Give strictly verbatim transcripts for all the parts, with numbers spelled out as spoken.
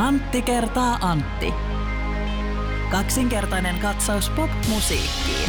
Antti kertaa Antti. Kaksinkertainen katsaus pop-musiikkiin.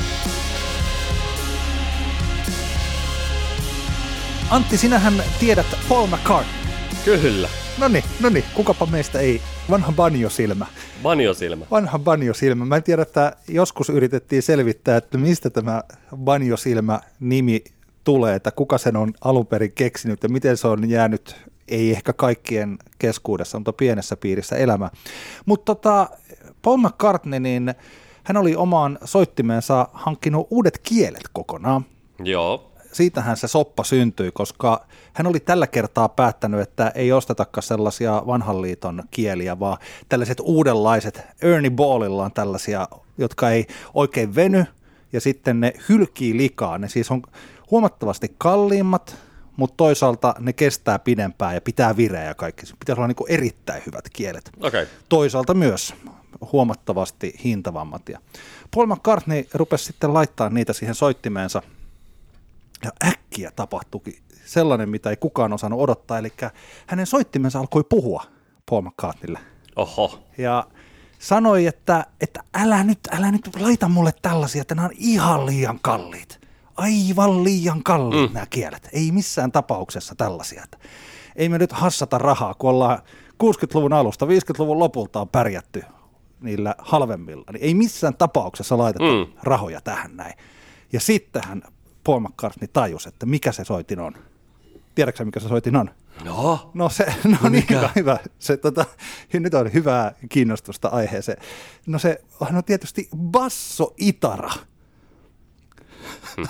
Antti, sinähän tiedät Paul McCartney. Kyllä. Noniin, noniin, kukapa meistä ei. Vanha banjosilmä. Banjosilmä. Vanha banjosilmä. Mä en tiedä, että joskus yritettiin selvittää, että mistä tämä banjosilmä-nimi tulee, että kuka sen on alun perin keksinyt ja miten se on jäänyt, ei ehkä kaikkien keskuudessa, mutta pienessä piirissä elämä. Mutta tota, Paul McCartney, niin hän oli omaan soittimeensa hankkinut uudet kielet kokonaan. Joo. Siitähän se soppa syntyi, koska hän oli tällä kertaa päättänyt, että ei ostetakaan sellaisia vanhan liiton kieliä, vaan tällaiset uudenlaiset, Ernie Ballilla on tällaisia, jotka ei oikein veny, ja sitten ne hylkii likaa. Ne siis on huomattavasti kalliimmat, mutta toisaalta ne kestää pidempään ja pitää vireä ja kaikki. Se pitäisi olla niin kuin erittäin hyvät kielet. Okay. Toisaalta myös huomattavasti hintavammat. Ja Paul McCartney rupesi sitten laittaa niitä siihen soittimeensa. Ja äkkiä tapahtuikin sellainen, mitä ei kukaan osannut odottaa, eli hänen soittimensa alkoi puhua Paul McCartneylle. Oho. Ja sanoi, että, että älä, nyt, älä nyt laita mulle tällaisia, että nämä on ihan liian kalliit. Aivan liian kalliit mm. nämä kielet. Ei missään tapauksessa tällaisia. Että ei me nyt hassata rahaa, kun ollaan kuusikymmentäluvun alusta, viisikymmentäluvun lopulta on pärjätty niillä halvemmilla. Niin ei missään tapauksessa laiteta mm. rahoja tähän näin. Ja sittenhän Paul McCartney tajusi, että mikä se soitin on. Tiedätkö mikä se soitin on? No. No se, no, no niin, hyvä, hyvä. Se, tota, nyt on hyvää kiinnostusta aiheeseen. No se on tietysti bassoitara. Hmm.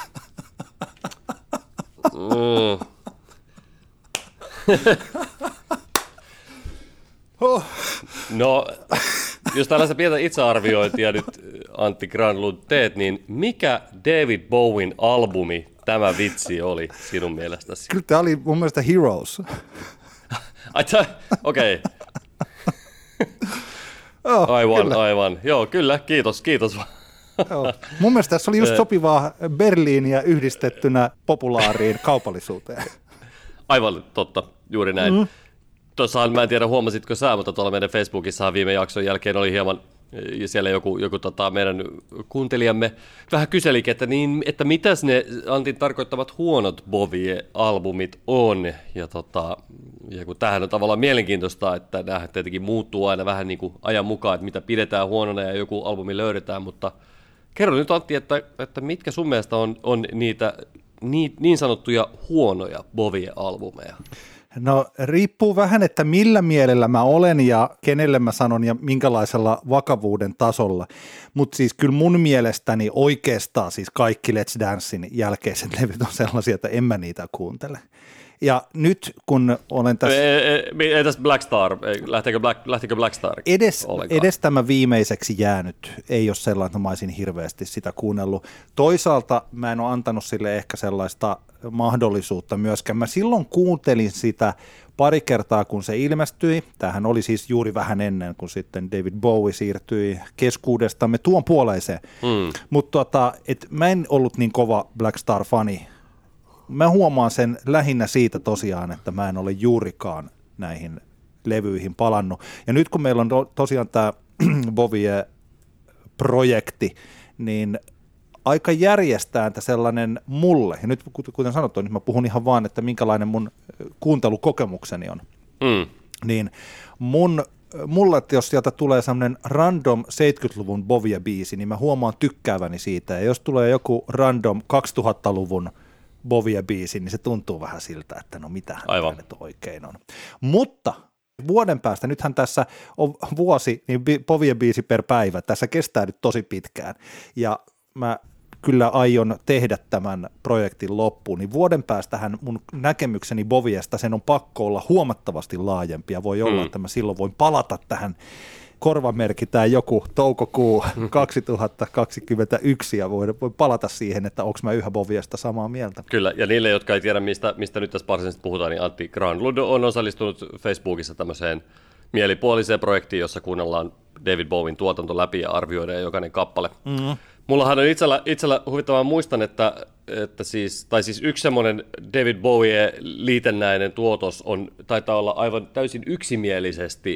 mm. oh. No, jos tällaista pientä itsearviointia nyt Antti Granlund teet, niin mikä David Bowen albumi tämä vitsi oli sinun mielestäsi? Kyllä tämä oli mun mielestä Heroes. Okei. oh, aivan, kyllä. aivan. Joo, kyllä, kiitos, kiitos. Joo. Mun mielestä tässä oli just sopivaa Berliiniä yhdistettynä populaariin kaupallisuuteen. Aivan totta, juuri näin. Mm. Tuossahan, mä en tiedä huomasitko sä, mutta tuolla meidän Facebookissahan viime jakson jälkeen oli hieman, ja siellä joku, joku tota, meidän kuuntelijamme vähän kyselikin, että, niin, että mitäs ne Antin tarkoittavat huonot Bowie-albumit on, ja, tota, ja kun tämähän on tavallaan mielenkiintoista, että nämä tietenkin muuttuu aina vähän niin kuin ajan mukaan, että mitä pidetään huonona ja joku albumi löydetään, mutta kerro nyt Antti, että, että mitkä sun mielestä on, on niitä niin, niin sanottuja huonoja Bowie-albumeja? No riippuu vähän, että millä mielellä mä olen ja kenelle mä sanon ja minkälaisella vakavuuden tasolla. Mutta siis kyllä mun mielestäni oikeastaan siis kaikki Let's Dancein jälkeiset levyt on sellaisia, että en mä niitä kuuntele. Ja nyt kun olen tässä... Ei tästä Black Star, lähtikö Black, lähtikö Black Star edes, edes tämä viimeiseksi jäänyt ei ole sellainen, että mä olisin hirveästi sitä kuunnellut. Toisaalta mä en ole antanut sille ehkä sellaista mahdollisuutta myöskään. Mä silloin kuuntelin sitä pari kertaa, kun se ilmestyi. Tämähän oli siis juuri vähän ennen, kun sitten David Bowie siirtyi keskuudestamme tuon puoleiseen. Mm. Mutta tota, mä en ollut niin kova Black Star-fani. Mä huomaan sen lähinnä siitä tosiaan, että mä en ole juurikaan näihin levyihin palannut. Ja nyt kun meillä on to- tosiaan tämä Bowie-projekti, niin aika järjestääntä sellainen mulle, ja nyt kuten sanottu, nyt mä puhun ihan vaan, että minkälainen mun kuuntelukokemukseni on, mm. niin mun, mulle, että jos sieltä tulee sellainen random seitsemänkymmentäluvun Bowie-biisi, niin mä huomaan tykkääväni siitä, ja jos tulee joku random kaksituhattaluvun Bowie-biisi, niin se tuntuu vähän siltä, että no mitähän tämä nyt oikein on. Mutta vuoden päästä, nythän tässä on vuosi, niin Bowie-biisi per päivä, tässä kestää nyt tosi pitkään, ja mä kyllä aion tehdä tämän projektin loppuun, niin vuoden päästähän mun näkemykseni Bowiesta, sen on pakko olla huomattavasti laajempi, ja voi olla, mm. että mä silloin voin palata tähän, korvamerkitään joku toukokuu kaksituhattakaksikymmentäyksi, ja voi, voi palata siihen, että onko mä yhä Bowiesta samaa mieltä. Kyllä, ja niille, jotka ei tiedä, mistä, mistä nyt tässä varsinaisesti puhutaan, niin Antti Granlund on osallistunut Facebookissa tämmöiseen mielipuoliseen projektiin, jossa kuunnellaan David Bowen tuotanto läpi ja arvioidaan jokainen kappale. Mm-hmm. Mullahan on itsellä, itsellä huvittavaa, muistan, että, että siis, tai siis yksi semmoinen David Bowie liitännäinen tuotos on, taitaa olla aivan täysin yksimielisesti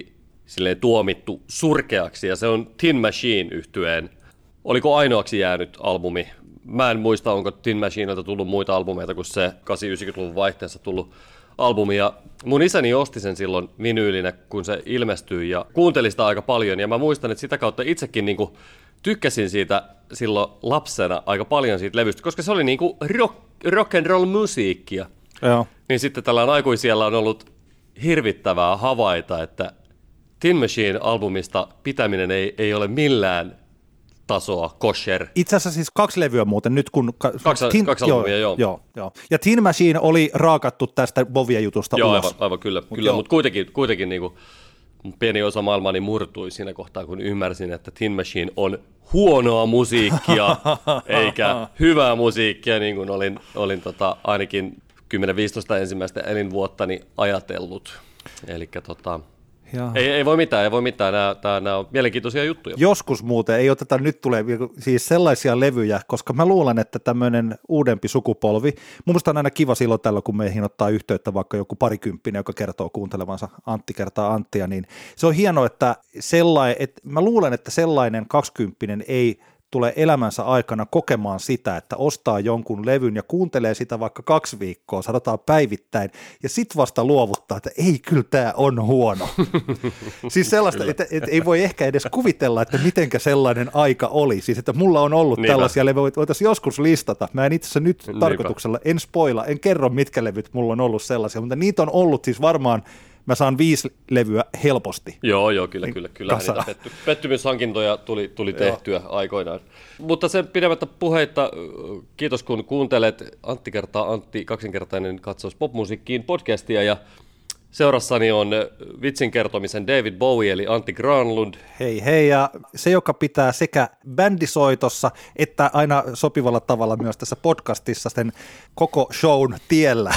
silleen tuomittu surkeaksi, ja se on Tin Machine -yhtyeen. Oliko ainoaksi jäänyt albumi? Mä en muista, onko Tin Machinelta tullut muita albumeita kuin se kahdeksankymmentä-yhdeksänkymmentäluvun vaihteessa tullut albumi, ja mun isäni osti sen silloin vinyylinä, kun se ilmestyi, ja kuuntelin sitä aika paljon, ja mä muistan, että sitä kautta itsekin niinku tykkäsin siitä silloin lapsena aika paljon siitä levystä, koska se oli niinku rock, rock and roll musiikkia. Joo. Niin sitten tällä aikuisiellä on ollut hirvittävää havaita, että Tin Machine-albumista pitäminen ei, ei ole millään tasoa kosher. Itse asiassa siis kaksi levyä muuten nyt kun... Ka- kaksi, tin, kaksi albumia, joo, joo. joo, joo. Ja Tin Machine oli raakattu tästä Bovia-jutusta joo, ulos. Aivan, aivan kyllä, Mut kyllä mutta kuitenkin, kuitenkin niin kuin pieni osa maailmaani murtui siinä kohtaa, kun ymmärsin, että Tin Machine on huonoa musiikkia, eikä hyvää musiikkia, niin kuin olin, olin tota, ainakin kymmenen viisitoista ensimmäistä elinvuottani ajatellut. Elikkä tota... Ei, ei voi mitään, ei voi mitään. Nämä, tää, nämä on mielenkiintoisia juttuja. Joskus muuten ei oteta, nyt tulee siis sellaisia levyjä, koska mä luulen, että tämmöinen uudempi sukupolvi, mun mielestä on aina kiva silloin tällä, kun meihin ottaa yhteyttä vaikka joku parikymppinen, joka kertoo kuuntelevansa Antti kertaa Anttia, niin se on hienoa, että sellainen, että mä luulen, että sellainen kaksikymppinen ei tulee elämänsä aikana kokemaan sitä, että ostaa jonkun levyn ja kuuntelee sitä vaikka kaksi viikkoa, sanotaan päivittäin, ja sit vasta luovuttaa, että ei, kyllä tämä on huono. Siis sellaista, että, että ei voi ehkä edes kuvitella, että mitenkä sellainen aika oli. Siis että mulla on ollut Niinpä. tällaisia levyjä, voitaisiin joskus listata. Mä en itse asiassa nyt Niinpä. tarkoituksella, en spoila, en kerro mitkä levyt mulla on ollut sellaisia, mutta niitä on ollut siis varmaan, mä saan viisi levyä helposti. Joo, joo, kyllä, kyllä. kyllä niitä petty, pettymyshankintoja tuli, tuli tehtyä aikoinaan. Mutta sen pidemmättä puheitta, kiitos kun kuuntelet Antti kertaa Antti, kaksinkertainen katsaus popmusiikkiin podcastia, ja seurassani on vitsin kertomisen David Bowie eli Antti Granlund. Hei hei, ja se, joka pitää sekä bändisoitossa että aina sopivalla tavalla myös tässä podcastissa sen koko shown tiellä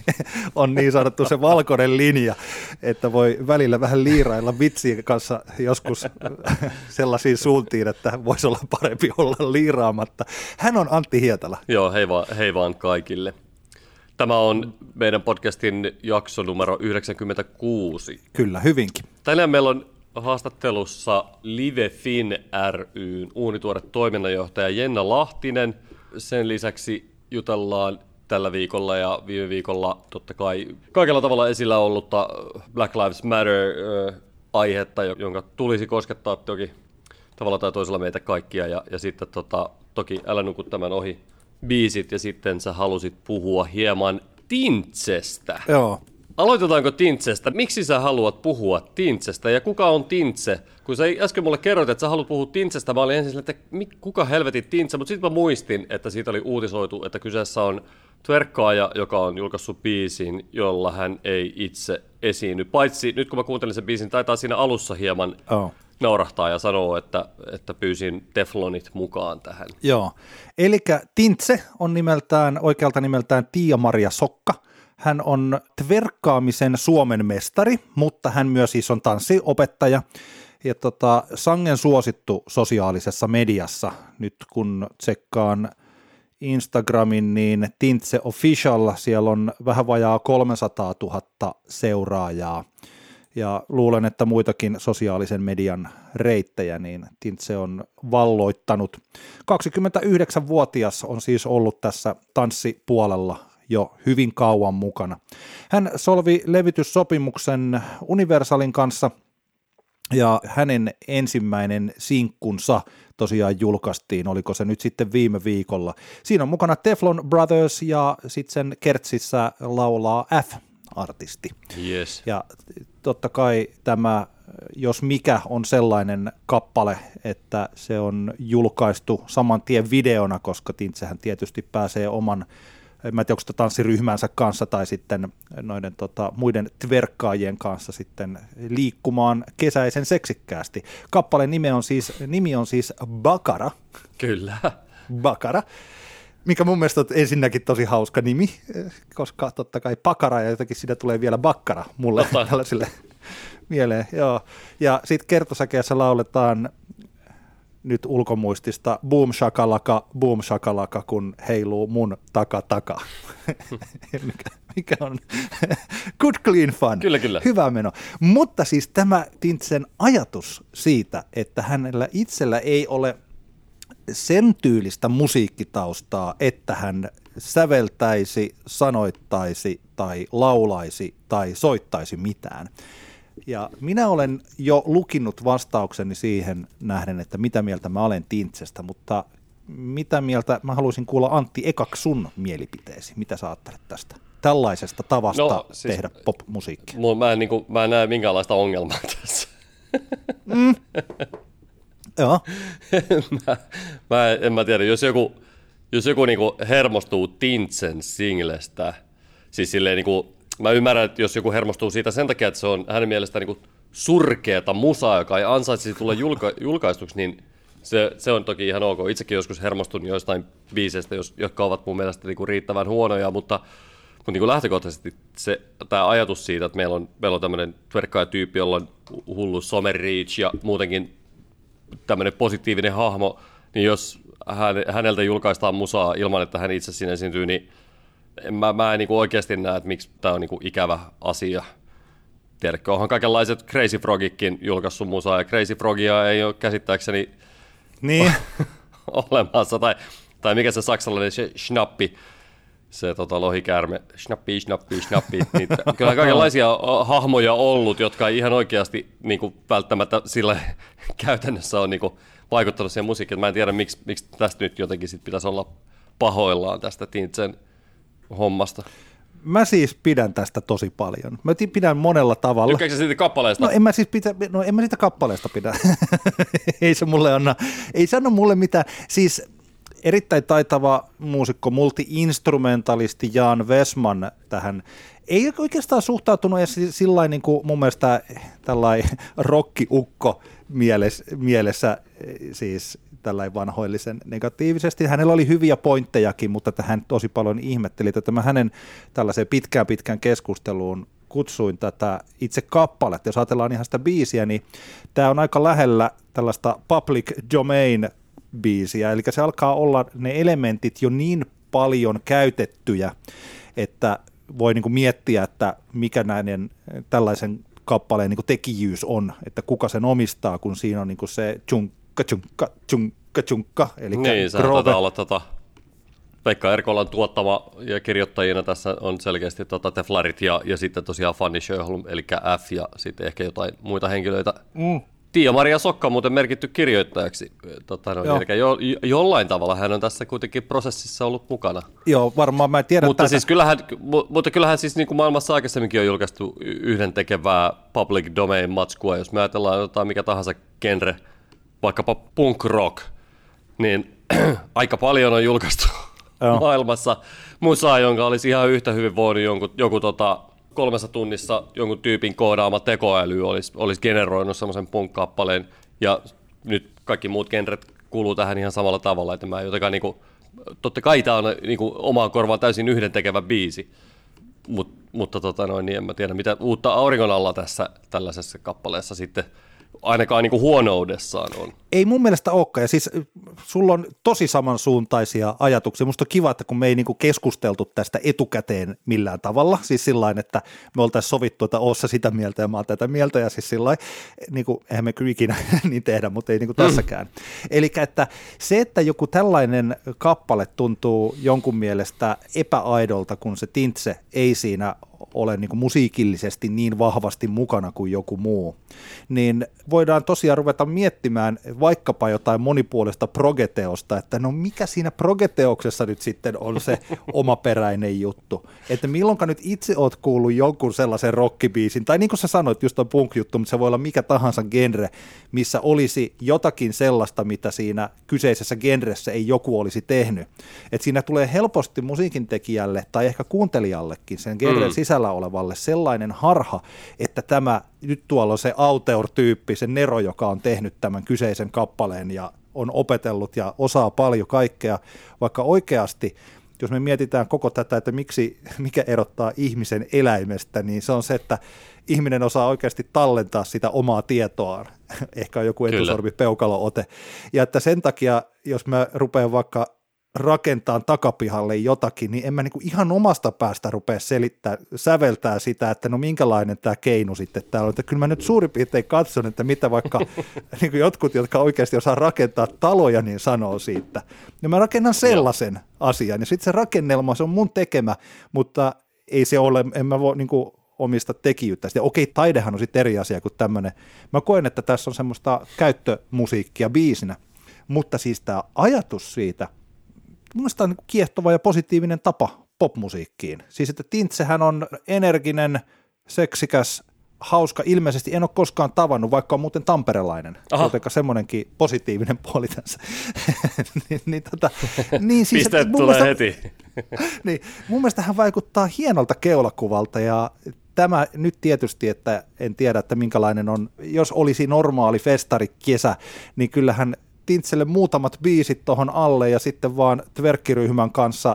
on niin sanottu se valkoinen linja, että voi välillä vähän liirailla vitsien kanssa joskus sellaisiin suuntiin, että voisi olla parempi olla liiraamatta. Hän on Antti Hietala. Joo, hei vaan, hei vaan kaikille. Tämä on meidän podcastin jakso numero yhdeksänkymmentäkuusi. Kyllä, hyvinkin. Tänään meillä on haastattelussa LiveFin ry:n uunituore toiminnanjohtaja Jenna Lahtinen. Sen lisäksi jutellaan tällä viikolla ja viime viikolla totta kai kaikella tavalla esillä ollutta Black Lives Matter-aihetta, jonka tulisi koskettaa toki tavalla tai toisella meitä kaikkia. Ja, ja sitten tota, toki älä nuku tämän ohi biisit, ja sitten sä halusit puhua hieman Tintsestä. Joo. Aloitetaanko Tintsestä? Miksi sä haluat puhua Tintsestä, ja kuka on Tintse? Kun sä äsken mulle kerroit, että sä haluat puhua Tintsestä, mä olin ensin että kuka helvetin Tintse, mutta sitten mä muistin, että siitä oli uutisoitu, että kyseessä on twerkkaaja, joka on julkaissut biisin, jolla hän ei itse esiinny. Paitsi nyt kun mä kuuntelin sen biisin, taitaa siinä alussa hieman oh. naurahtaa ja sanoo, että, että pyysin Teflonit mukaan tähän. Joo, eli Tintse on nimeltään, oikealta nimeltään Tiia-Maria Sokka. Hän on tverkkaamisen Suomen mestari, mutta hän myös siis on tanssiopettaja ja tota, sangen suosittu sosiaalisessa mediassa. Nyt kun tsekkaan Instagramin, niin Tintse Official, siellä on vähän vajaa kolmesataatuhatta seuraajaa. Ja luulen, että muitakin sosiaalisen median reittejä, niin Tintse on valloittanut. kaksikymmentäyhdeksänvuotias on siis ollut tässä tanssipuolella jo hyvin kauan mukana. Hän solvi levityssopimuksen Universalin kanssa, ja hänen ensimmäinen sinkkunsa tosiaan julkaistiin, oliko se nyt sitten viime viikolla. Siinä on mukana Teflon Brothers, ja sitten sen kertsissä laulaa F-artisti. Yes. Ja totta kai tämä, jos mikä, on sellainen kappale, että se on julkaistu saman tien videona, koska Tintsehän tietysti pääsee oman, en mä tiedä, onko sitä tanssiryhmänsä kanssa tai sitten noiden tota, muiden tverkkaajien kanssa sitten liikkumaan kesäisen seksikkäästi. Kappaleen nimi on siis, nimi on siis Bakara. Kyllä. Bakara. Mikä mun mielestä on ensinnäkin tosi hauska nimi, koska totta kai pakara ja jotenkin siitä tulee vielä bakkara mulle tällaisille mieleen. Joo. Ja sitten kertosäkeessä lauletaan nyt ulkomuistista boom shakalaka, boom shakalaka, kun heiluu mun taka taka. mikä, mikä on good clean fun. Kyllä, kyllä. Hyvä meno. Mutta siis tämä Tintsen ajatus siitä, että hänellä itsellä ei ole sen tyylistä musiikkitaustaa, että hän säveltäisi, sanoittaisi tai laulaisi tai soittaisi mitään. Ja minä olen jo lukinut vastaukseni siihen nähden, että mitä mieltä mä olen Tintsestä, mutta mitä mieltä, mä haluaisin kuulla Antti ekaksi sun mielipiteesi. Mitä sä ajattelet tästä tällaisesta tavasta no, siis tehdä pop-musiikkia? Mä en, niin kuin, mä en näe minkäänlaista ongelmaa tässä. Mm. Joo. mä, mä en, en mä tiedä, jos joku, jos joku niin kuin hermostuu Tintsen singlestä, siis silleen niin kuin, mä ymmärrän, että jos joku hermostuu siitä sen takia, että se on hänen mielestään niin kuin surkeata musaa, joka ei ansaitsisi tulla julka- julkaistuksi, niin se, se on toki ihan ok. Itsekin joskus hermostun joistain biiseistä, jotka ovat mun mielestä niin kuin riittävän huonoja, mutta, mutta niin kuin lähtökohtaisesti se, tämä ajatus siitä, että meillä on, meillä on tämmöinen tverkkaaja-tyyppi, jolla on hullu somereach ja muutenkin tämmöinen positiivinen hahmo, niin jos hän, häneltä julkaistaan musaa ilman, että hän itse siinä esiintyy, niin mä, mä en niin kuin oikeasti näe, että miksi tämä on niin kuin ikävä asia. Tiedätkö, onhan kaikenlaiset Crazy Frogikin julkaissut musaa, ja Crazy Frogia ei ole käsittääkseni niin. olemassa, tai, tai mikä se saksalainen se schnappi, se tota, lohikäärme, schnappi, schnappi, schnappi, niin kyllä kaikenlaisia hahmoja ollut, jotka ei ihan oikeasti niin kuin välttämättä sillä käytännössä on niin kuin vaikuttanut siihen musiikkiin. Mä en tiedä, miksi, miksi tästä nyt jotenkin sit pitäisi olla pahoillaan tästä Tintsen hommasta. Mä siis pidän tästä tosi paljon. Mä pidän monella tavalla. Tykkääkö sä siitä kappaleesta? No en mä siis pitä, no en mä siitä kappaleesta pidä. ei se mulle anna, ei sano mulle mitään. Siis erittäin taitava muusikko, multi-instrumentalisti Jan Wessman tähän. Ei oikeastaan suhtautunut edes sillain niin kuin mun mielestä tällainen rokkiukko mielessä, mielessä siis tällainen vanhoillisen negatiivisesti. Hänellä oli hyviä pointtejakin, mutta että hän tosi paljon ihmetteli, että mä hänen tällaiseen pitkään pitkään keskusteluun kutsuin tätä itse kappaletta. Jos ajatellaan ihan sitä biisiä, niin tämä on aika lähellä tällaista public domain biisiä, eli se alkaa olla ne elementit jo niin paljon käytettyjä, että voi niin kuin miettiä, että mikä näiden tällaisen kappaleen niin kuin tekijyys on, että kuka sen omistaa, kun siinä on niin kuin se tjunkka, tjunkka, tjunkka, tjunkka, eli niin, sehän taitaa olla tota, Pekka Erkolan tuottama ja kirjoittajina tässä on selkeästi tota Teflarit ja, ja sitten tosiaan Fanny Sjöholm, eli F ja sitten ehkä jotain muita henkilöitä. Mm. Tiia-Maria Sokka on muuten merkitty kirjoittajaksi. Tota, no, eli jo, jollain tavalla hän on tässä kuitenkin prosessissa ollut mukana. Joo, varmaan mä tiedän. Mutta, siis kyllähän, mutta kyllähän siis niin kuin maailmassa aikaisemminkin on julkaistu yhdentekevää public domain matskua, jos me ajatellaan jotain mikä tahansa genre, vaikkapa punk rock, niin aika paljon on julkaistu Joo. maailmassa musaa, jonka olisi ihan yhtä hyvin voinut jonkun, joku tota, kolmessa tunnissa jonkun tyypin koodaama tekoäly olisi, olisi generoinut semmoisen punk-kappaleen, ja nyt kaikki muut genret kuuluu tähän ihan samalla tavalla, että mä jotenkaan niinku, totta kai tämä on niinku omaan korvaan täysin yhdentekevä biisi, Mut, mutta tota noin, niin en mä tiedä mitä uutta auringon alla tässä tällaisessa kappaleessa sitten ainakaan niin kuin huonoudessaan on. Ei mun mielestä olekaan, ja siis sulla on tosi samansuuntaisia ajatuksia. Musta on kiva, että kun me ei niin kuin keskusteltu tästä etukäteen millään tavalla, siis sillain, että me oltaisiin sovittu, että oot sä sitä mieltä ja mä oon tätä mieltä, ja siis sillain, niin kuin, eihän me kyllä ikinä niin tehdä, mutta ei niin kuin tässäkään. Mm. Eli että se, että joku tällainen kappale tuntuu jonkun mielestä epäaidolta, kun se Tintse ei siinä ole niin kuin musiikillisesti niin vahvasti mukana kuin joku muu, niin voidaan tosiaan ruveta miettimään vaikkapa jotain monipuolista progeteosta, että no mikä siinä progeteoksessa nyt sitten on se omaperäinen juttu, että milloinka nyt itse oot kuullut jonkun sellaisen rockibiisin, tai niin kuin sä sanoit, just on punk-juttu, mutta se voi olla mikä tahansa genre, missä olisi jotakin sellaista, mitä siinä kyseisessä genressä ei joku olisi tehnyt, että siinä tulee helposti musiikintekijälle tai ehkä kuuntelijallekin sen genren mm. sisällä olevalle sellainen harha, että tämä, nyt tuolla on se auteur-tyyppi, se Nero, joka on tehnyt tämän kyseisen kappaleen ja on opetellut ja osaa paljon kaikkea, vaikka oikeasti jos me mietitään koko tätä, että miksi, mikä erottaa ihmisen eläimestä, niin se on se, että ihminen osaa oikeasti tallentaa sitä omaa tietoaan. Ehkä on joku etusormi peukalo-ote. Ja että sen takia, jos mä rupean vaikka rakentaa takapihalle jotakin, niin en mä niinku ihan omasta päästä rupea selittää, säveltää sitä, että no minkälainen tämä keinu sitten täällä on. Että kyllä mä nyt suurin piirtein katson, että mitä vaikka niin jotkut, jotka oikeasti osaa rakentaa taloja, niin sanoo siitä. Ja mä rakennan sellaisen asian, ja sitten se rakennelma, se on mun tekemä, mutta ei se ole, en mä voi niinku omista tekijyyttä. Ja okei, taidehan on sitten eri asia kuin tämmöinen. Mä koen, että tässä on semmoista käyttömusiikkia biisinä, mutta siis tämä ajatus siitä, mun mielestä on kiehtova ja positiivinen tapa popmusiikkiin. Siis että Tintsehän on energinen, seksikäs, hauska. Ilmeisesti en ole koskaan tavannut, vaikka on muuten tamperelainen. Jotenka semmoinenkin positiivinen puoli tässä. niin, niin, tota, niin siis, pisteet tulee mielestä, heti. niin, mun mielestä hän vaikuttaa hienolta keulakuvalta ja tämä nyt tietysti, että en tiedä, että minkälainen on, jos olisi normaali festarikesä, niin kyllähän Tintselle muutamat biisit tuohon alle ja sitten vaan twerkkiryhmän kanssa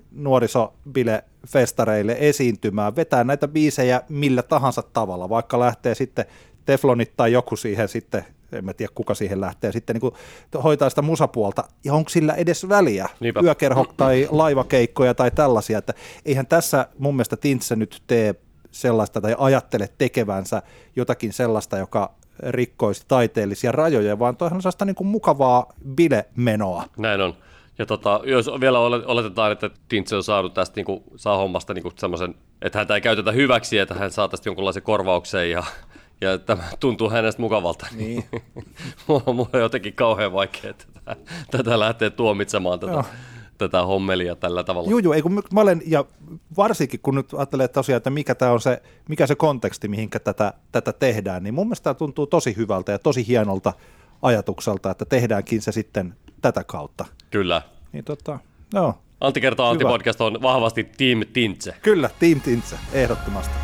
nuorisobile-festareille esiintymään, vetää näitä biisejä millä tahansa tavalla, vaikka lähtee sitten Teflonit tai joku siihen sitten, en mä tiedä kuka siihen lähtee, sitten niin kuin hoitaa sitä musapuolta, ja onko sillä edes väliä, Niinpä. Yökerho tai laivakeikkoja tai tällaisia, että eihän tässä mun mielestä Tintse nyt tee sellaista tai ajattele tekevänsä jotakin sellaista, joka rikkoisi taiteellisia rajoja, vaan toihan on sellaista niin kuin mukavaa bile-menoa. Näin on. Ja tota, jos vielä oletetaan, että Tintse on saanut tästä, niin kuin, saa hommasta niin kuin semmoisen, että häntä ei käytetä hyväksi, että hän saa tästä jonkunlaisen korvauksen ja, ja tämä tuntuu hänestä mukavalta. Niin. mulla, mulla on jotenkin kauhean vaikea tätä, tätä lähteä tuomitsemaan tätä. No. tätä hommelia tällä tavalla. Joo, joo, ei kun mä olen, ja varsinkin kun nyt ajattelee tosiaan, että mikä tämä on se, mikä se konteksti, mihinkä tätä, tätä tehdään, niin mun mielestä tämä tuntuu tosi hyvältä ja tosi hienolta ajatukselta, että tehdäänkin se sitten tätä kautta. Kyllä. Niin tota, joo. Antti kertoo, Antti podcast on vahvasti Team Tintse. Kyllä, Team Tintse, ehdottomasti.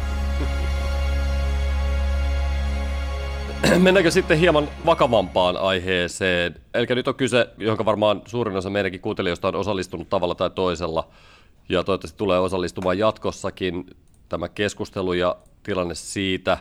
Mennäänkö sitten hieman vakavampaan aiheeseen? Eli nyt on kyse, johon varmaan suurin osa meidänkin kuuntelijoista on osallistunut tavalla tai toisella, ja toivottavasti tulee osallistumaan jatkossakin tämä keskustelu ja tilanne siitä,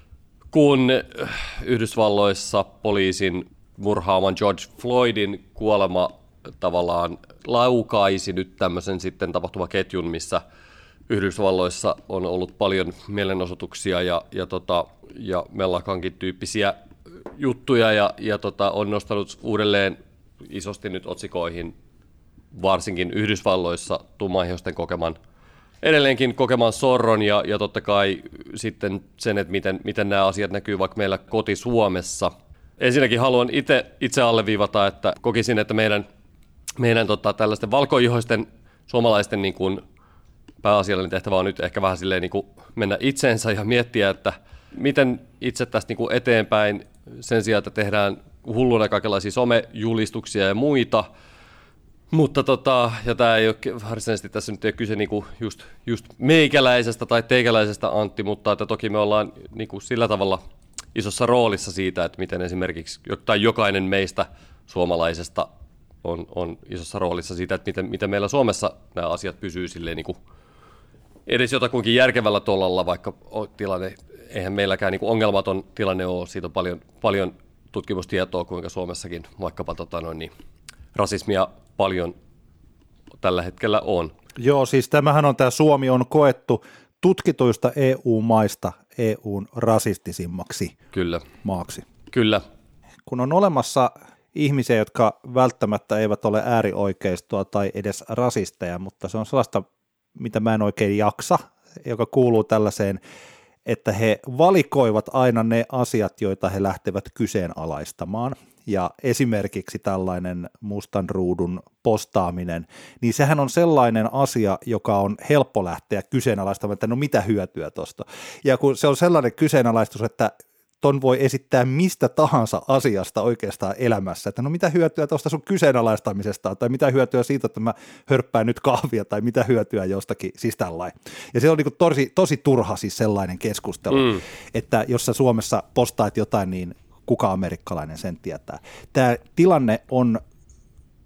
kun Yhdysvalloissa poliisin murhaaman George Floydin kuolema tavallaan laukaisi nyt tämmöisen sitten tapahtumaketjun, missä Yhdysvalloissa on ollut paljon mielenosoituksia ja, ja, tota, ja mellakankin tyyppisiä juttuja ja, ja tota, on nostanut uudelleen isosti nyt otsikoihin varsinkin Yhdysvalloissa tummaihoisten kokeman, edelleenkin kokeman sorron ja, ja totta kai sitten sen, että miten, miten nämä asiat näkyy vaikka meillä koti Suomessa. Ensinnäkin haluan itse, itse alleviivata, että kokisin, että meidän, meidän tota, tällaisten valkoihoisten suomalaisten niin kuin pääasiallinen tehtävä on nyt ehkä vähän silleen niin kuin mennä itseensä ja miettiä, että miten itse tästä niin kuin eteenpäin sen sijaan, että tehdään hulluna kaikenlaisia somejulistuksia ja muita. Mutta tota, ja tämä ei ole varsinaisesti tässä nyt ei ole kyse niin kuin just, just meikäläisestä tai teikäläisestä Antti, mutta että toki me ollaan niin kuin sillä tavalla isossa roolissa siitä, että miten esimerkiksi tai jokainen meistä suomalaisesta on, on isossa roolissa siitä, että miten, miten meillä Suomessa nämä asiat pysyy silleen niin kuin edes jotakuinkin järkevällä tolalla, vaikka tilanne, eihän meilläkään niin kuin ongelmaton tilanne ole, siitä on paljon, paljon tutkimustietoa, kuinka Suomessakin vaikkapa tota noin, niin, rasismia paljon tällä hetkellä on. Joo, siis tämähän on tämä Suomi on koettu tutkituista E U-maista E U:n rasistisimmaksi Kyllä. maaksi. Kyllä. Kun on olemassa ihmisiä, jotka välttämättä eivät ole äärioikeistoa tai edes rasisteja, mutta se on sellaista, mitä mä en oikein jaksa, joka kuuluu tällaiseen, että he valikoivat aina ne asiat, joita he lähtevät kyseenalaistamaan. Ja esimerkiksi tällainen mustan ruudun postaaminen, niin sehän on sellainen asia, joka on helppo lähteä kyseenalaistamaan, että no mitä hyötyä tuosta. Ja kun se on sellainen kyseenalaistus, että ton voi esittää mistä tahansa asiasta oikeastaan elämässä, että no mitä hyötyä tuosta sun kyseenalaistamisesta tai mitä hyötyä siitä, että mä hörppään nyt kahvia tai mitä hyötyä jostakin, siis tällainen. Ja se on niin tosi, tosi turha siis sellainen keskustelu, mm. että jos sä Suomessa postaat jotain, niin kuka amerikkalainen sen tietää. Tämä tilanne on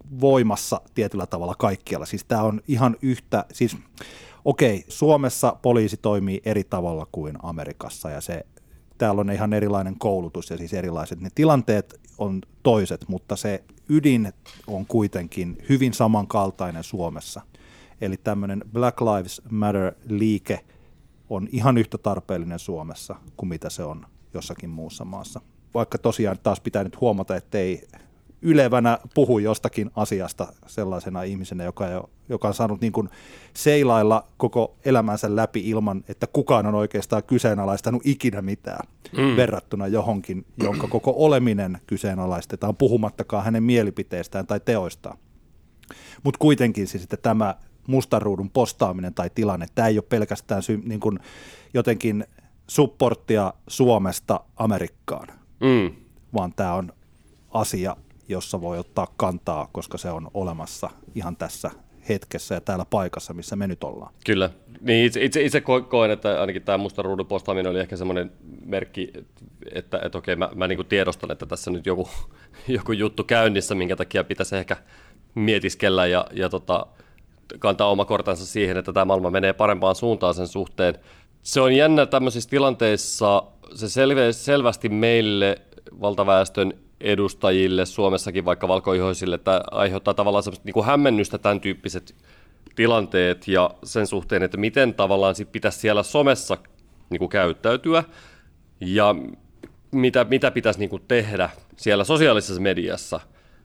voimassa tietyllä tavalla kaikkialla. Siis tämä on ihan yhtä, siis okei, Suomessa poliisi toimii eri tavalla kuin Amerikassa ja se, täällä on ihan erilainen koulutus ja siis erilaiset, ne tilanteet on toiset, mutta se ydin on kuitenkin hyvin samankaltainen Suomessa. Eli tämmöinen Black Lives Matter-liike on ihan yhtä tarpeellinen Suomessa kuin mitä se on jossakin muussa maassa. Vaikka tosiaan taas pitää nyt huomata, ettei ylevänä puhu jostakin asiasta sellaisena ihmisenä, joka, jo, joka on saanut niin kuin seilailla koko elämänsä läpi ilman, että kukaan on oikeastaan kyseenalaistanut ikinä mitään mm. verrattuna johonkin, jonka koko oleminen kyseenalaistetaan, puhumattakaan hänen mielipiteestään tai teoistaan. Mutta kuitenkin siis, että tämä mustan ruudun postaaminen tai tilanne, tämä ei ole pelkästään sy- niin kuin jotenkin supporttia Suomesta Amerikkaan, mm. vaan tämä on asia, jossa voi ottaa kantaa, koska se on olemassa ihan tässä hetkessä ja täällä paikassa, missä me nyt ollaan. Kyllä. Niin itse, itse, itse koen, että ainakin tämä mustan ruudun postaaminen oli ehkä semmoinen merkki, että, että okei, mä, mä niin kuin tiedostan, että tässä on nyt joku, joku juttu käynnissä, minkä takia pitäisi ehkä mietiskellä ja, ja tota, kantaa oma kortansa siihen, että tämä maailma menee parempaan suuntaan sen suhteen. Se on jännä tämmöisissä tilanteissa, se selve, selvästi meille valtaväestön edustajille Suomessakin, vaikka valkoihoisille, että aiheuttaa tavallaan semmoista niin kuin hämmennystä tämän tyyppiset tilanteet ja sen suhteen, että miten tavallaan sit pitäisi siellä somessa niin kuin käyttäytyä ja mitä, mitä pitäisi niin kuin tehdä siellä sosiaalisessa mediassa.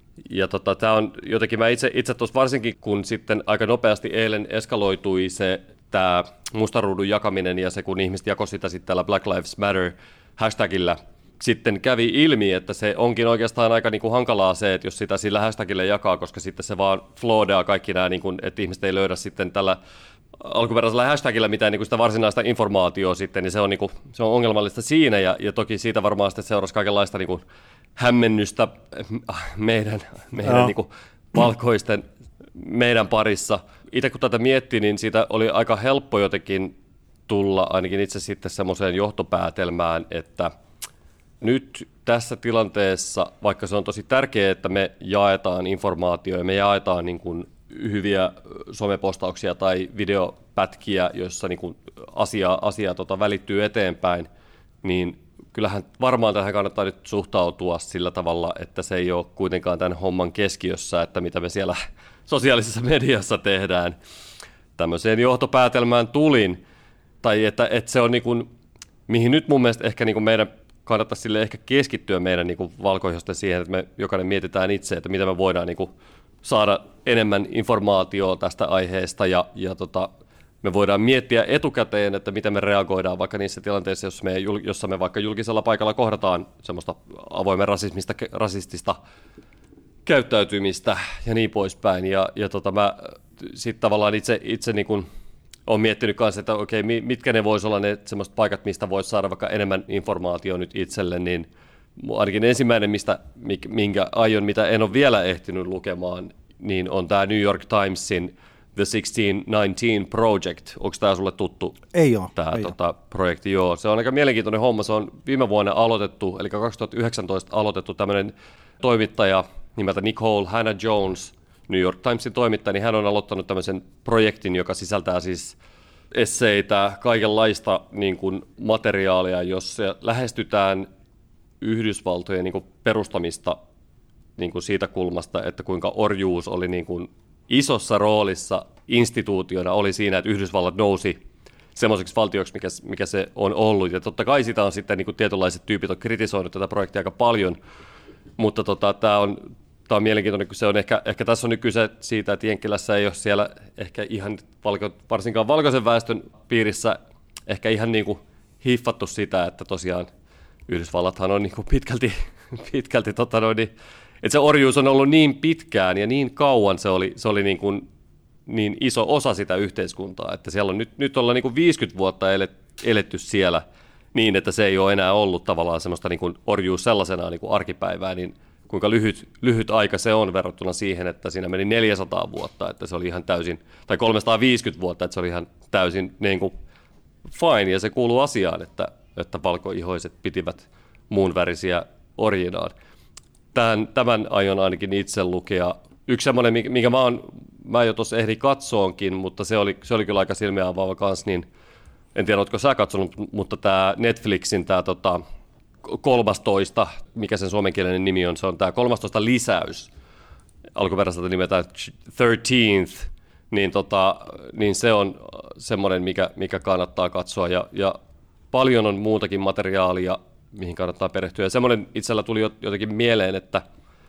Ja tota, tämä on jotenkin, mä itse, itse tuossa varsinkin, kun sitten aika nopeasti eilen eskaloitui se tämä mustan ruudun jakaminen ja se, kun ihmiset jakoi sitä sitten tällä Black Lives Matter hashtagillä, sitten kävi ilmi, että se onkin oikeastaan aika niin kuin hankalaa se, että jos sitä sillä hashtagille jakaa, koska sitten se vaan floodaa kaikki nämä, niin kuin, että ihmiset ei löydä sitten tällä alkuperäisellä hashtagillä mitään niin kuin sitä varsinaista informaatiota sitten, niin se on, niin kuin, se on ongelmallista siinä, ja, ja toki siitä varmaan sitten seurasi kaikenlaista niin kuin hämmennystä meidän, meidän niin kuin valkoisten meidän parissa. Itse kun tätä miettii, niin siitä oli aika helppo jotenkin tulla ainakin itse sitten semmoiseen johtopäätelmään, että nyt tässä tilanteessa, vaikka se on tosi tärkeää, että me jaetaan informaatiota ja me jaetaan niin kuin hyviä somepostauksia tai videopätkiä, joissa niin kuin asia, asia tota välittyy eteenpäin, niin kyllähän varmaan tähän kannattaa nyt suhtautua sillä tavalla, että se ei ole kuitenkaan tämän homman keskiössä, että mitä me siellä sosiaalisessa mediassa tehdään. Tämmöiseen johtopäätelmään tulin, tai että, että se on niin kuin, mihin nyt mun mielestä ehkä niin kuin meidän kannattaisi sille ehkä keskittyä meidän niin kuin valkoihoisten siihen, että me jokainen mietitään itse, että mitä me voidaan niin kuin saada enemmän informaatiota tästä aiheesta ja, ja tota, me voidaan miettiä etukäteen, että miten me reagoidaan vaikka niissä tilanteissa, jossa me, jossa me vaikka julkisella paikalla kohdataan semmoista avoimen rasismista, rasistista käyttäytymistä ja niin poispäin. Ja, ja tota, mä sitten tavallaan itse, itse niin kuin olen miettinyt kanssa, että okei, mitkä ne voisi olla ne semmoiset paikat, mistä voisi saada vaikka enemmän informaatiota nyt itselle, niin ainakin ensimmäinen, mistä, minkä aion, mitä en ole vielä ehtinyt lukemaan, niin on tämä New York Timesin The sixteen nineteen Project. Onko tämä sulle tuttu? Ei ole. Tämä ei tota, projekti, joo. Se on aika mielenkiintoinen homma. Se on viime vuonna aloitettu, eli kaksituhattayhdeksäntoista aloitettu tämmöinen toimittaja nimeltä Nicole Hannah-Jones, New York Timesin toimittaja, niin hän on aloittanut tämmöisen projektin, joka sisältää siis esseitä, kaikenlaista niin kuin materiaalia, jossa lähestytään Yhdysvaltojen niin kuin perustamista niin kuin siitä kulmasta, että kuinka orjuus oli niin kuin isossa roolissa instituutiona oli siinä, että Yhdysvallat nousi semmoiseksi valtioksi, mikä, mikä se on ollut. Ja totta kai sitä on sitten niin kuin tietynlaiset tyypit on kritisoinut tätä projektia aika paljon, mutta tota, tämä on, tämä on mielenkiintoinen, kun se on ehkä, ehkä tässä on nyt kyse siitä, että Jenkkilässä ei ole siellä ehkä ihan, valko, varsinkaan valkoisen väestön piirissä ehkä ihan niin kuin hiffattu sitä, että tosiaan Yhdysvallathan on niin kuin pitkälti, pitkälti tota noin, että se orjuus on ollut niin pitkään ja niin kauan se oli, se oli niin, kuin, niin iso osa sitä yhteiskuntaa, että siellä on nyt, nyt ollaan niin kuin viisikymmentä vuotta eletty siellä niin, että se ei ole enää ollut tavallaan semmoista niin kuin orjuus sellaisenaan niin kuin arkipäivää, niin kuinka lyhyt, lyhyt aika se on verrattuna siihen, että siinä meni neljäsataa vuotta, että se oli ihan täysin, tai kolmesataaviisikymmentä vuotta, että se oli ihan täysin niin kuin fine, ja se kuuluu asiaan, että, että valkoihoiset pitivät muun värisiä orjinaan. Tämän, tämän aion ainakin itse lukea yksi semmoinen, minkä mä, oon, mä jo tuossa ehdin katsoonkin, mutta se oli, se oli kyllä aika silmiä avaava kans, niin en tiedä, oletko sä katsonut, mutta tämä Netflixin tämä tota, kolmastoista, mikä sen suomenkielinen nimi on, se on tämä kolmastoista lisäys, alkuperäiseltä nimeltään thirteenth, niin, tota, niin se on semmoinen, mikä, mikä kannattaa katsoa, ja, ja paljon on muutakin materiaalia, mihin kannattaa perehtyä, ja semmoinen itsellä tuli jotenkin mieleen, että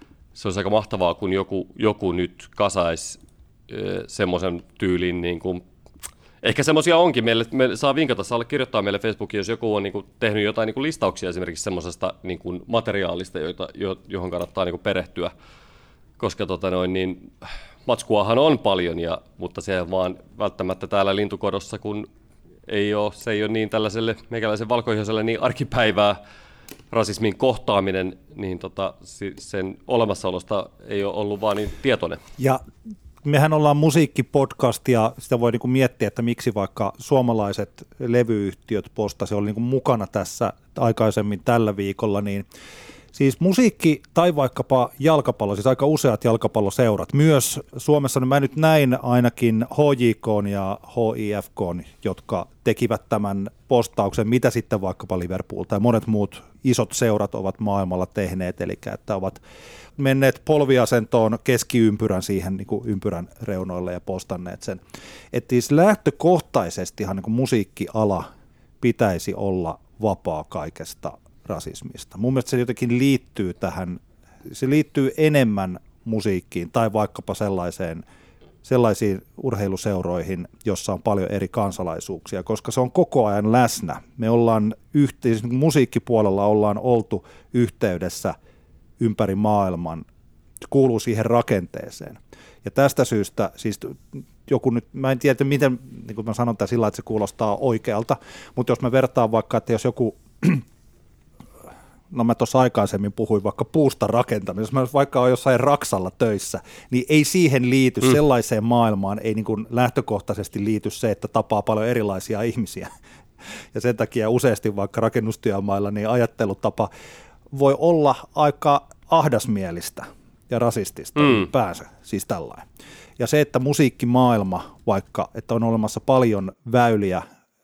se olisi aika mahtavaa, kun joku, joku nyt kasaisi e, semmoisen tyylin, niin kuin, ehkä semmoisia onkin, meille, me saa vinkata, saa kirjoittaa meille Facebookiin, jos joku on niin kuin, tehnyt jotain niin kuin listauksia esimerkiksi semmoisesta niin kuin materiaalista, joita, johon kannattaa niin kuin perehtyä, koska tota noin, niin, matskuahan on paljon, ja, mutta se vaan välttämättä täällä lintukodossa, kun ei ole, se ei ole niin tällaiselle meikäläisen valkoihoiselle niin arkipäivää, rasismin kohtaaminen, niin tota, sen olemassaolosta ei ole ollut vaan niin tietoinen. Ja mehän ollaan musiikkipodcast, ja sitä voi niinku miettiä, että miksi vaikka suomalaiset levyyhtiöt postasi oli niinku mukana tässä aikaisemmin tällä viikolla, niin siis musiikki tai vaikkapa jalkapallo, siis aika useat jalkapalloseurat, myös Suomessa, niin mä nyt näin ainakin H J K:n ja H I F K:n, jotka tekivät tämän postauksen, mitä sitten vaikkapa Liverpool tai monet muut isot seurat ovat maailmalla tehneet, eli että ovat menneet polviasentoon keskiympyrän siihen niin kuin ympyrän reunoille ja postanneet sen. Että siis lähtökohtaisestihan niin kuin musiikkiala pitäisi olla vapaa kaikesta rasismista. Mun mielestä se jotenkin liittyy tähän, se liittyy enemmän musiikkiin tai vaikkapa sellaiseen, sellaisiin urheiluseuroihin, jossa on paljon eri kansalaisuuksia, koska se on koko ajan läsnä. Me ollaan yhteis- musiikkipuolella ollaan oltu yhteydessä ympäri maailman, kuuluu siihen rakenteeseen. Ja tästä syystä, siis joku nyt, mä en tiedä, miten, niin kuin mä sanon tämän sillä, että se kuulostaa oikealta, mutta jos mä vertaan vaikka, että jos joku no mä tuossa aikaisemmin puhuin vaikka puusta rakentaminen, jos mä vaikka olen jossain Raksalla töissä, niin ei siihen liity, mm. sellaiseen maailmaan ei niin kuin lähtökohtaisesti liity se, että tapaa paljon erilaisia ihmisiä. Ja sen takia useasti vaikka rakennustyömailla niin ajattelutapa voi olla aika ahdasmielistä ja rasistista mm. päänsä, siis tällainen. Ja se, että musiikkimaailma, vaikka että on olemassa paljon väyliä,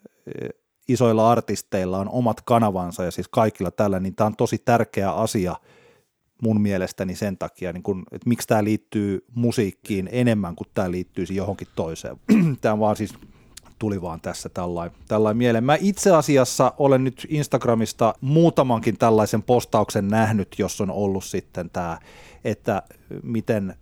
isoilla artisteilla on omat kanavansa ja siis kaikilla tällä, niin tämä on tosi tärkeä asia mun mielestäni sen takia, niin kun, että miksi tämä liittyy musiikkiin enemmän kuin tämä liittyisi johonkin toiseen. Tämä vaan siis tuli vaan tässä tällainen, tällainen mieleen. Mä itse asiassa olen nyt Instagramista muutamankin tällaisen postauksen nähnyt, jos on ollut sitten tämä, että miten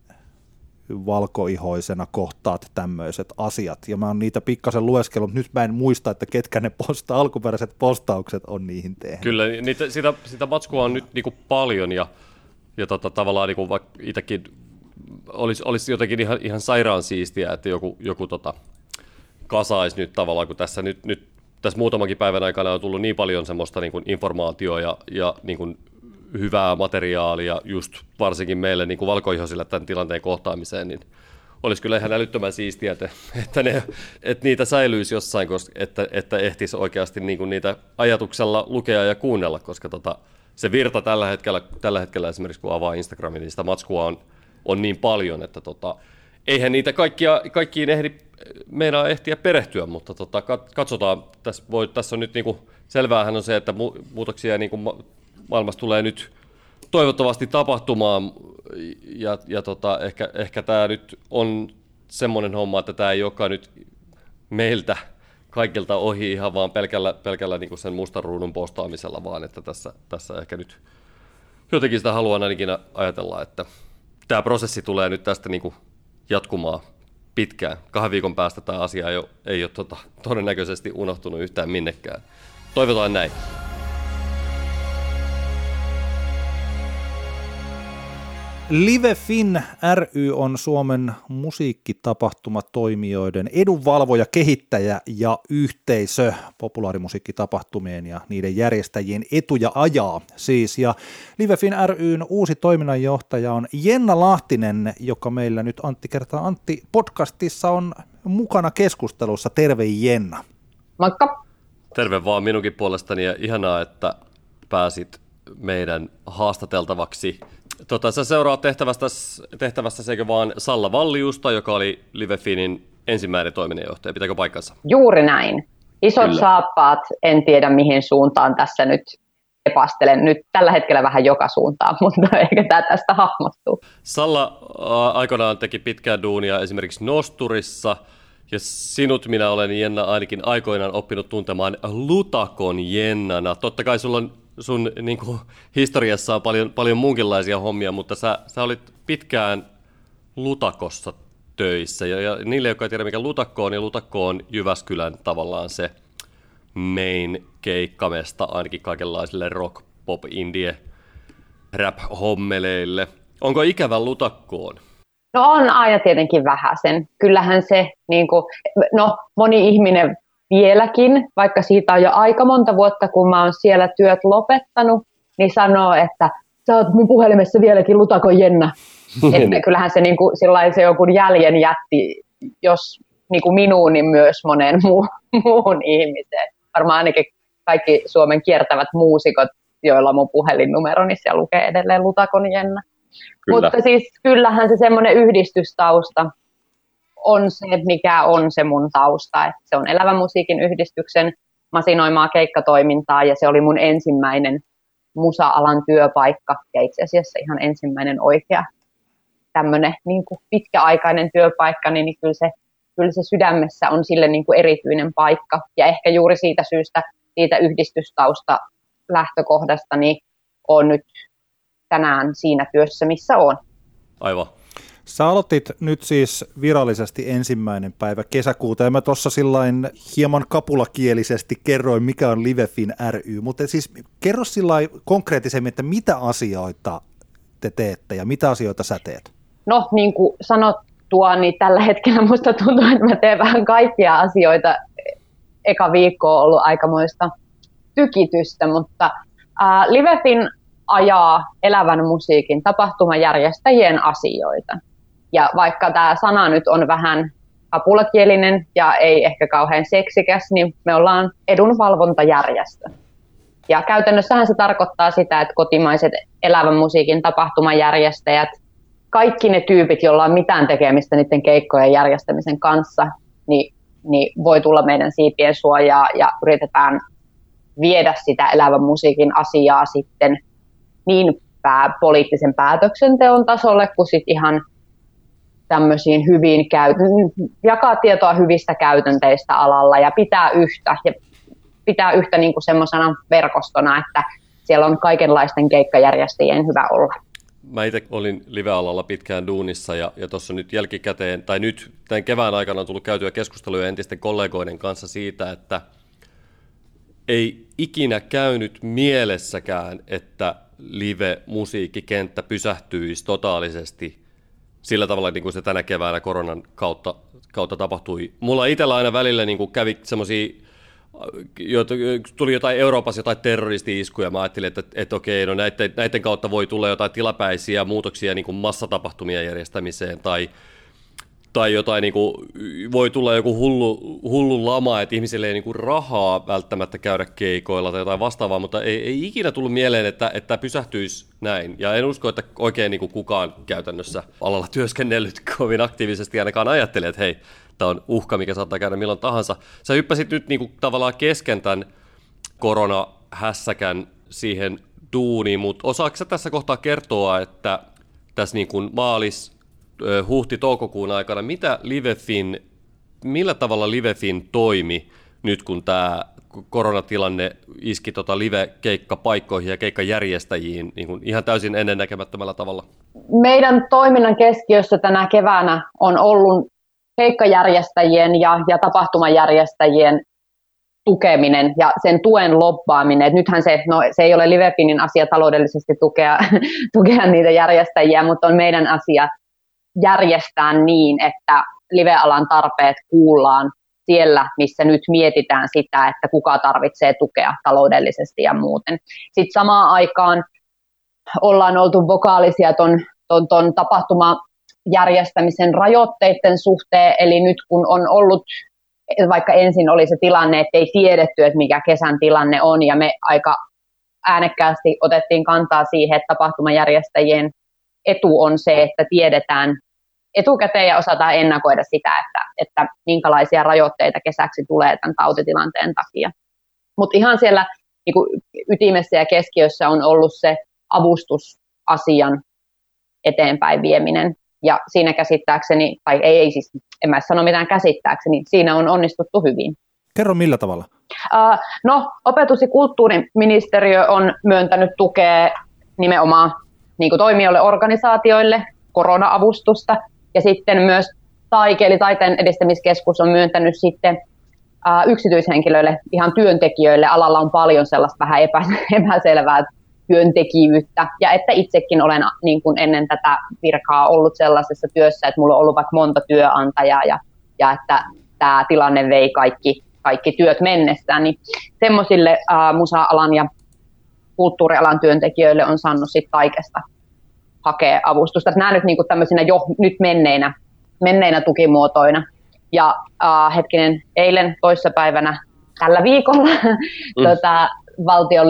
valkoihoisena kohtaat tämmöiset asiat, ja mä oon niitä pikkasen lueskellut, mutta nyt mä en muista, että ketkä ne posta, alkuperäiset postaukset on niihin tehnyt. Kyllä, niitä, sitä, sitä matskua on nyt niinku paljon, ja, ja tota, tavallaan niinku vaikka itsekin olisi, olisi jotenkin ihan, ihan sairaan siistiä, että joku, joku tota, kasaisi nyt tavallaan, kun tässä nyt, nyt tässä muutamankin päivän aikana on tullut niin paljon semmoista niin kuin informaatiota ja, ja niin kuin hyvää materiaalia just varsinkin meille niin kuin valkoihoisille tämän tilanteen kohtaamiseen, niin olisi kyllä ihan älyttömän siistiä, että, että, ne, että niitä säilyisi jossain, koska, että, että ehtisi oikeasti niin kuin niitä ajatuksella lukea ja kuunnella, koska tota, se virta tällä hetkellä, tällä hetkellä esimerkiksi kun avaa Instagramin, niin sitä matskua on, on niin paljon, että tota, eihän niitä kaikkia, kaikkiin ehdi, meinaa ehtiä perehtyä, mutta tota, katsotaan. Tässä, voi, tässä on nyt niin kuin, selväähän on se, että mu- muutoksia niin kuin ma- maailmassa tulee nyt toivottavasti tapahtumaan, ja, ja tota, ehkä, ehkä tämä nyt on semmoinen homma, että tämä ei olekaan nyt meiltä kaikilta ohi ihan vaan pelkällä, pelkällä niin kuin sen mustan ruudun postaamisella, vaan että tässä, tässä ehkä nyt jotenkin sitä haluan ainakin ajatella, että tämä prosessi tulee nyt tästä niin kuin jatkumaan pitkään. Kahden viikon päästä tämä asia ei ole, ei ole tota, todennäköisesti unohtunut yhtään minnekään. Toivotaan näin. LiveFin ry on Suomen musiikkitapahtumatoimijoiden edunvalvoja, kehittäjä ja yhteisö. Populaarimusiikkitapahtumien ja niiden järjestäjien etuja ajaa siis. Ja LiveFin ryn uusi toiminnanjohtaja on Jenna Lahtinen, joka meillä nyt Antti kertaa Antti podcastissa on mukana keskustelussa. Terve Jenna. Moikka. Terve vaan minunkin puolestani ja ihanaa, että pääsit meidän haastateltavaksi tota, sä seuraat tehtävästä, tehtävästä sekä vaan Salla Valliusta, joka oli LiveFinin ensimmäinen toiminnanjohtaja. Pitääkö paikkansa? Juuri näin. Isot Kyllä. saappaat, en tiedä mihin suuntaan tässä nyt epastelen. Nyt tällä hetkellä vähän joka suuntaan, mutta eikä tämä tästä hahmottuu. Salla äh, aikoinaan teki pitkään duunia esimerkiksi Nosturissa, ja sinut minä olen, Jenna, ainakin aikoinaan oppinut tuntemaan Lutakon Jennana. Totta kai sulla on sun niin kuin, historiassa on paljon, paljon muunkinlaisia hommia, mutta sä, sä olit pitkään Lutakossa töissä. Ja, ja niille, jotka ei tiedä mikä Lutakko on, niin Lutakko on Jyväskylän tavallaan se main keikkamesta ainakin kaikenlaisille rock, pop, indie, rap-hommeleille. Onko ikävä Lutakkoon? No on aina tietenkin vähäsen. Kyllähän se, niin kuin, no moni ihminen vieläkin, vaikka siitä on jo aika monta vuotta, kun mä oon siellä työt lopettanut, niin sanoo, että sä oot mun puhelimessa vieläkin Lutakon Jenna. Että kyllähän se, niin kuin, se joku jäljen jätti, jos niin kuin minuun, niin myös moneen muu, muuhun ihmiseen. Varmaan ainakin kaikki Suomen kiertävät muusikot, joilla on mun puhelinnumero, niin siellä lukee edelleen Lutakon Jenna. Kyllä. Mutta siis kyllähän se semmoinen yhdistystausta on se, mikä on se mun tausta. Että se on Elävän musiikin yhdistyksen masinoimaa keikkatoimintaa ja se oli mun ensimmäinen musa-alan työpaikka ja itse asiassa ihan ensimmäinen oikea tämmöinen niin kuin pitkäaikainen työpaikka, niin, niin kyllä, se, kyllä se sydämessä on sille niin kuin erityinen paikka. Ja ehkä juuri siitä syystä, siitä yhdistystausta lähtökohdasta, niin on nyt tänään siinä työssä, missä on. Aivan. Sä aloitit nyt siis virallisesti ensimmäinen päivä kesäkuuta, ja mä tuossa sillain hieman kapulakielisesti kerroin, mikä on LiveFin ry, mutta siis kerro sillain konkreettisemmin, että mitä asioita te teette ja mitä asioita sä teet? No niin kuin sanottua, niin tällä hetkellä musta tuntuu, että mä teen vähän kaikkia asioita. Eka viikko on ollut aikamoista tykitystä, mutta äh, LiveFin ajaa elävän musiikin tapahtumajärjestäjien asioita. Ja vaikka tämä sana nyt on vähän kapulakielinen ja ei ehkä kauhean seksikäs, niin me ollaan edunvalvontajärjestö. Ja käytännössähän se tarkoittaa sitä, että kotimaiset elävän musiikin tapahtumajärjestäjät, kaikki ne tyypit, joilla on mitään tekemistä niiden keikkojen järjestämisen kanssa, niin, niin voi tulla meidän siipien suojaa ja yritetään viedä sitä elävän musiikin asiaa sitten niin pää, poliittisen päätöksenteon tasolle kuin sitten ihan tämmöisiin hyviin käyt- jakaa tietoa hyvistä käytänteistä alalla ja pitää yhtä, ja pitää yhtä niin kuin semmoisena verkostona, että siellä on kaikenlaisten keikkajärjestäjien hyvä olla. Mä itse olin live-alalla pitkään duunissa ja, ja tuossa nyt jälkikäteen, tai nyt tämän kevään aikana on tullut käytyä keskusteluja entisten kollegoiden kanssa siitä, että ei ikinä käynyt mielessäkään, että live-musiikkikenttä pysähtyisi totaalisesti sillä tavalla, niin kuin se tänä keväänä koronan kautta, kautta tapahtui. Mulla itsellä aina välillä niin kuin kävi semmoisia, tuli jotain Euroopassa jotain terroristi-iskuja, mä ajattelin, että, että okei, no näiden, näiden kautta voi tulla jotain tilapäisiä muutoksia niin kuin massatapahtumien järjestämiseen, tai, tai jotain, niin kuin, voi tulla joku hullu, hullu lama, että ihmisille ei niin kuin rahaa välttämättä käydä keikoilla tai jotain vastaavaa, mutta ei, ei ikinä tullut mieleen, että, että pysähtyisi näin. Ja en usko, että oikein niin kuin kukaan käytännössä alalla työskennellyt kovin aktiivisesti ainakaan ajattelee, että hei, tämä on uhka, mikä saattaa käydä milloin tahansa. Sä hyppäsit nyt niin kuin tavallaan kesken tämän koronahässäkän siihen duuniin, mutta osaatko sä tässä kohtaa kertoa, että tässä niin kuin maalis, huhti-toukokuun aikana, mitä LiveFin, millä tavalla LiveFin toimi nyt, kun tämä koronatilanne iski tota live-keikkapaikkoihin ja keikkajärjestäjiin niin kuin ihan täysin ennennäkemättömällä tavalla? Meidän toiminnan keskiössä tänä keväänä on ollut keikkajärjestäjien ja, ja tapahtumajärjestäjien tukeminen ja sen tuen lobbaaminen. Et nythän se, no, se ei ole LiveFinin asia taloudellisesti tukea, tukea niitä järjestäjiä, mutta on meidän asia järjestää niin, että live-alan tarpeet kuullaan siellä, missä nyt mietitään sitä, että kuka tarvitsee tukea taloudellisesti ja muuten. Sitten samaan aikaan ollaan oltu vokaalisia ton, ton, ton tapahtumajärjestämisen rajoitteiden suhteen, eli nyt kun on ollut, vaikka ensin oli se tilanne, että ei tiedetty, että mikä kesän tilanne on, ja me aika äänekkäästi otettiin kantaa siihen, että tapahtumajärjestäjien etu on se, että tiedetään etukäteen ja osataan ennakoida sitä, että, että minkälaisia rajoitteita kesäksi tulee tämän tautitilanteen takia. Mutta ihan siellä niin kuin ytimessä ja keskiössä on ollut se avustusasian eteenpäin vieminen. Ja siinä käsittääkseni, tai ei, ei siis, en mä sano mitään käsittääkseni, siinä on onnistuttu hyvin. Kerro millä tavalla? Uh, no, opetus- ja kulttuuriministeriö on myöntänyt tukea nimenomaan niin kuin toimijoille, organisaatioille, korona-avustusta, ja sitten myös Taike, eli Taiteen edistämiskeskus on myöntänyt sitten uh, yksityishenkilöille, ihan työntekijöille, alalla on paljon sellaista vähän epä, epäselvää työntekijyyttä, ja että itsekin olen niin kuin ennen tätä virkaa ollut sellaisessa työssä, että mulla on ollut vaikka monta työnantajaa, ja, ja että tämä tilanne vei kaikki, kaikki työt mennessään, niin semmoisille uh, musa-alan ja kulttuurialan työntekijöille on saanut sitten Taikesta hakea avustusta. Nämä nyt niin kuin tämmöisinä jo nyt menneinä, menneinä tukimuotoina. Ja uh, hetkinen, eilen toissapäivänä tällä viikolla mm. tota, valtion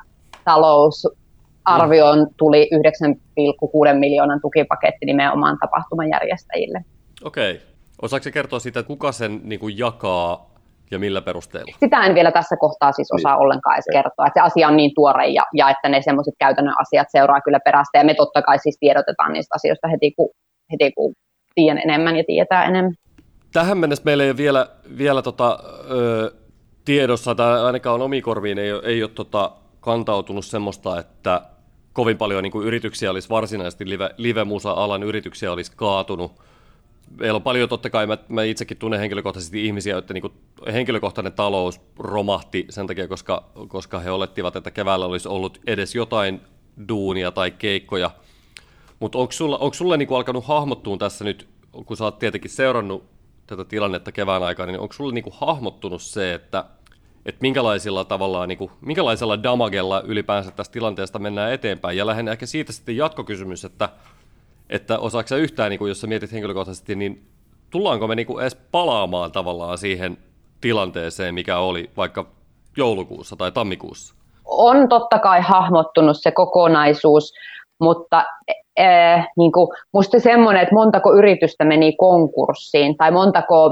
lisätalousarvioon tuli yhdeksän pilkku kuusi miljoonan tukipaketti nimenomaan tapahtumajärjestäjille. Okei. Osaatko kertoa siitä, että kuka sen niin kuin jakaa ja millä perusteella? Sitä en vielä tässä kohtaa siis osaa niin. ollenkaan edes kertoa. Että se asia on niin tuore ja, ja että ne semmoiset käytännön asiat seuraa kyllä perästä. Ja me totta kai siis tiedotetaan niistä asioista heti, kun, heti, kun tiedän enemmän ja tietää enemmän. Tähän mennessä meillä ei ole vielä, vielä tota, ö, tiedossa, tai ainakaan omiin korviin ei ole, ei ole tota, kantautunut semmoista, että kovin paljon niin kuin yrityksiä olisi varsinaisesti, live, live-musa-alan yrityksiä olisi kaatunut. Meillä on paljon, totta kai, mä, mä itsekin tunnen henkilökohtaisesti ihmisiä, että niin kuin henkilökohtainen talous romahti sen takia, koska, koska he olettivat, että keväällä olisi ollut edes jotain duunia tai keikkoja. Mutta onko sulla, onko sulle niin kuin alkanut hahmottua tässä nyt, kun sä oot tietenkin seurannut tätä tilannetta kevään aikana, niin onko sulle niin kuin hahmottunut se, että, että minkälaisilla tavallaan, niin kuin, minkälaisella damagella ylipäänsä tästä tilanteesta mennään eteenpäin? Ja lähinnä ehkä siitä sitten jatkokysymys, että että osaatko sä yhtään, niin kun jos sä mietit henkilökohtaisesti, niin tullaanko me niin kuin edes palaamaan tavallaan siihen tilanteeseen, mikä oli vaikka joulukuussa tai tammikuussa? On totta kai hahmottunut se kokonaisuus, mutta äh, niin kuin, musta semmoinen, että montako yritystä meni konkurssiin tai montako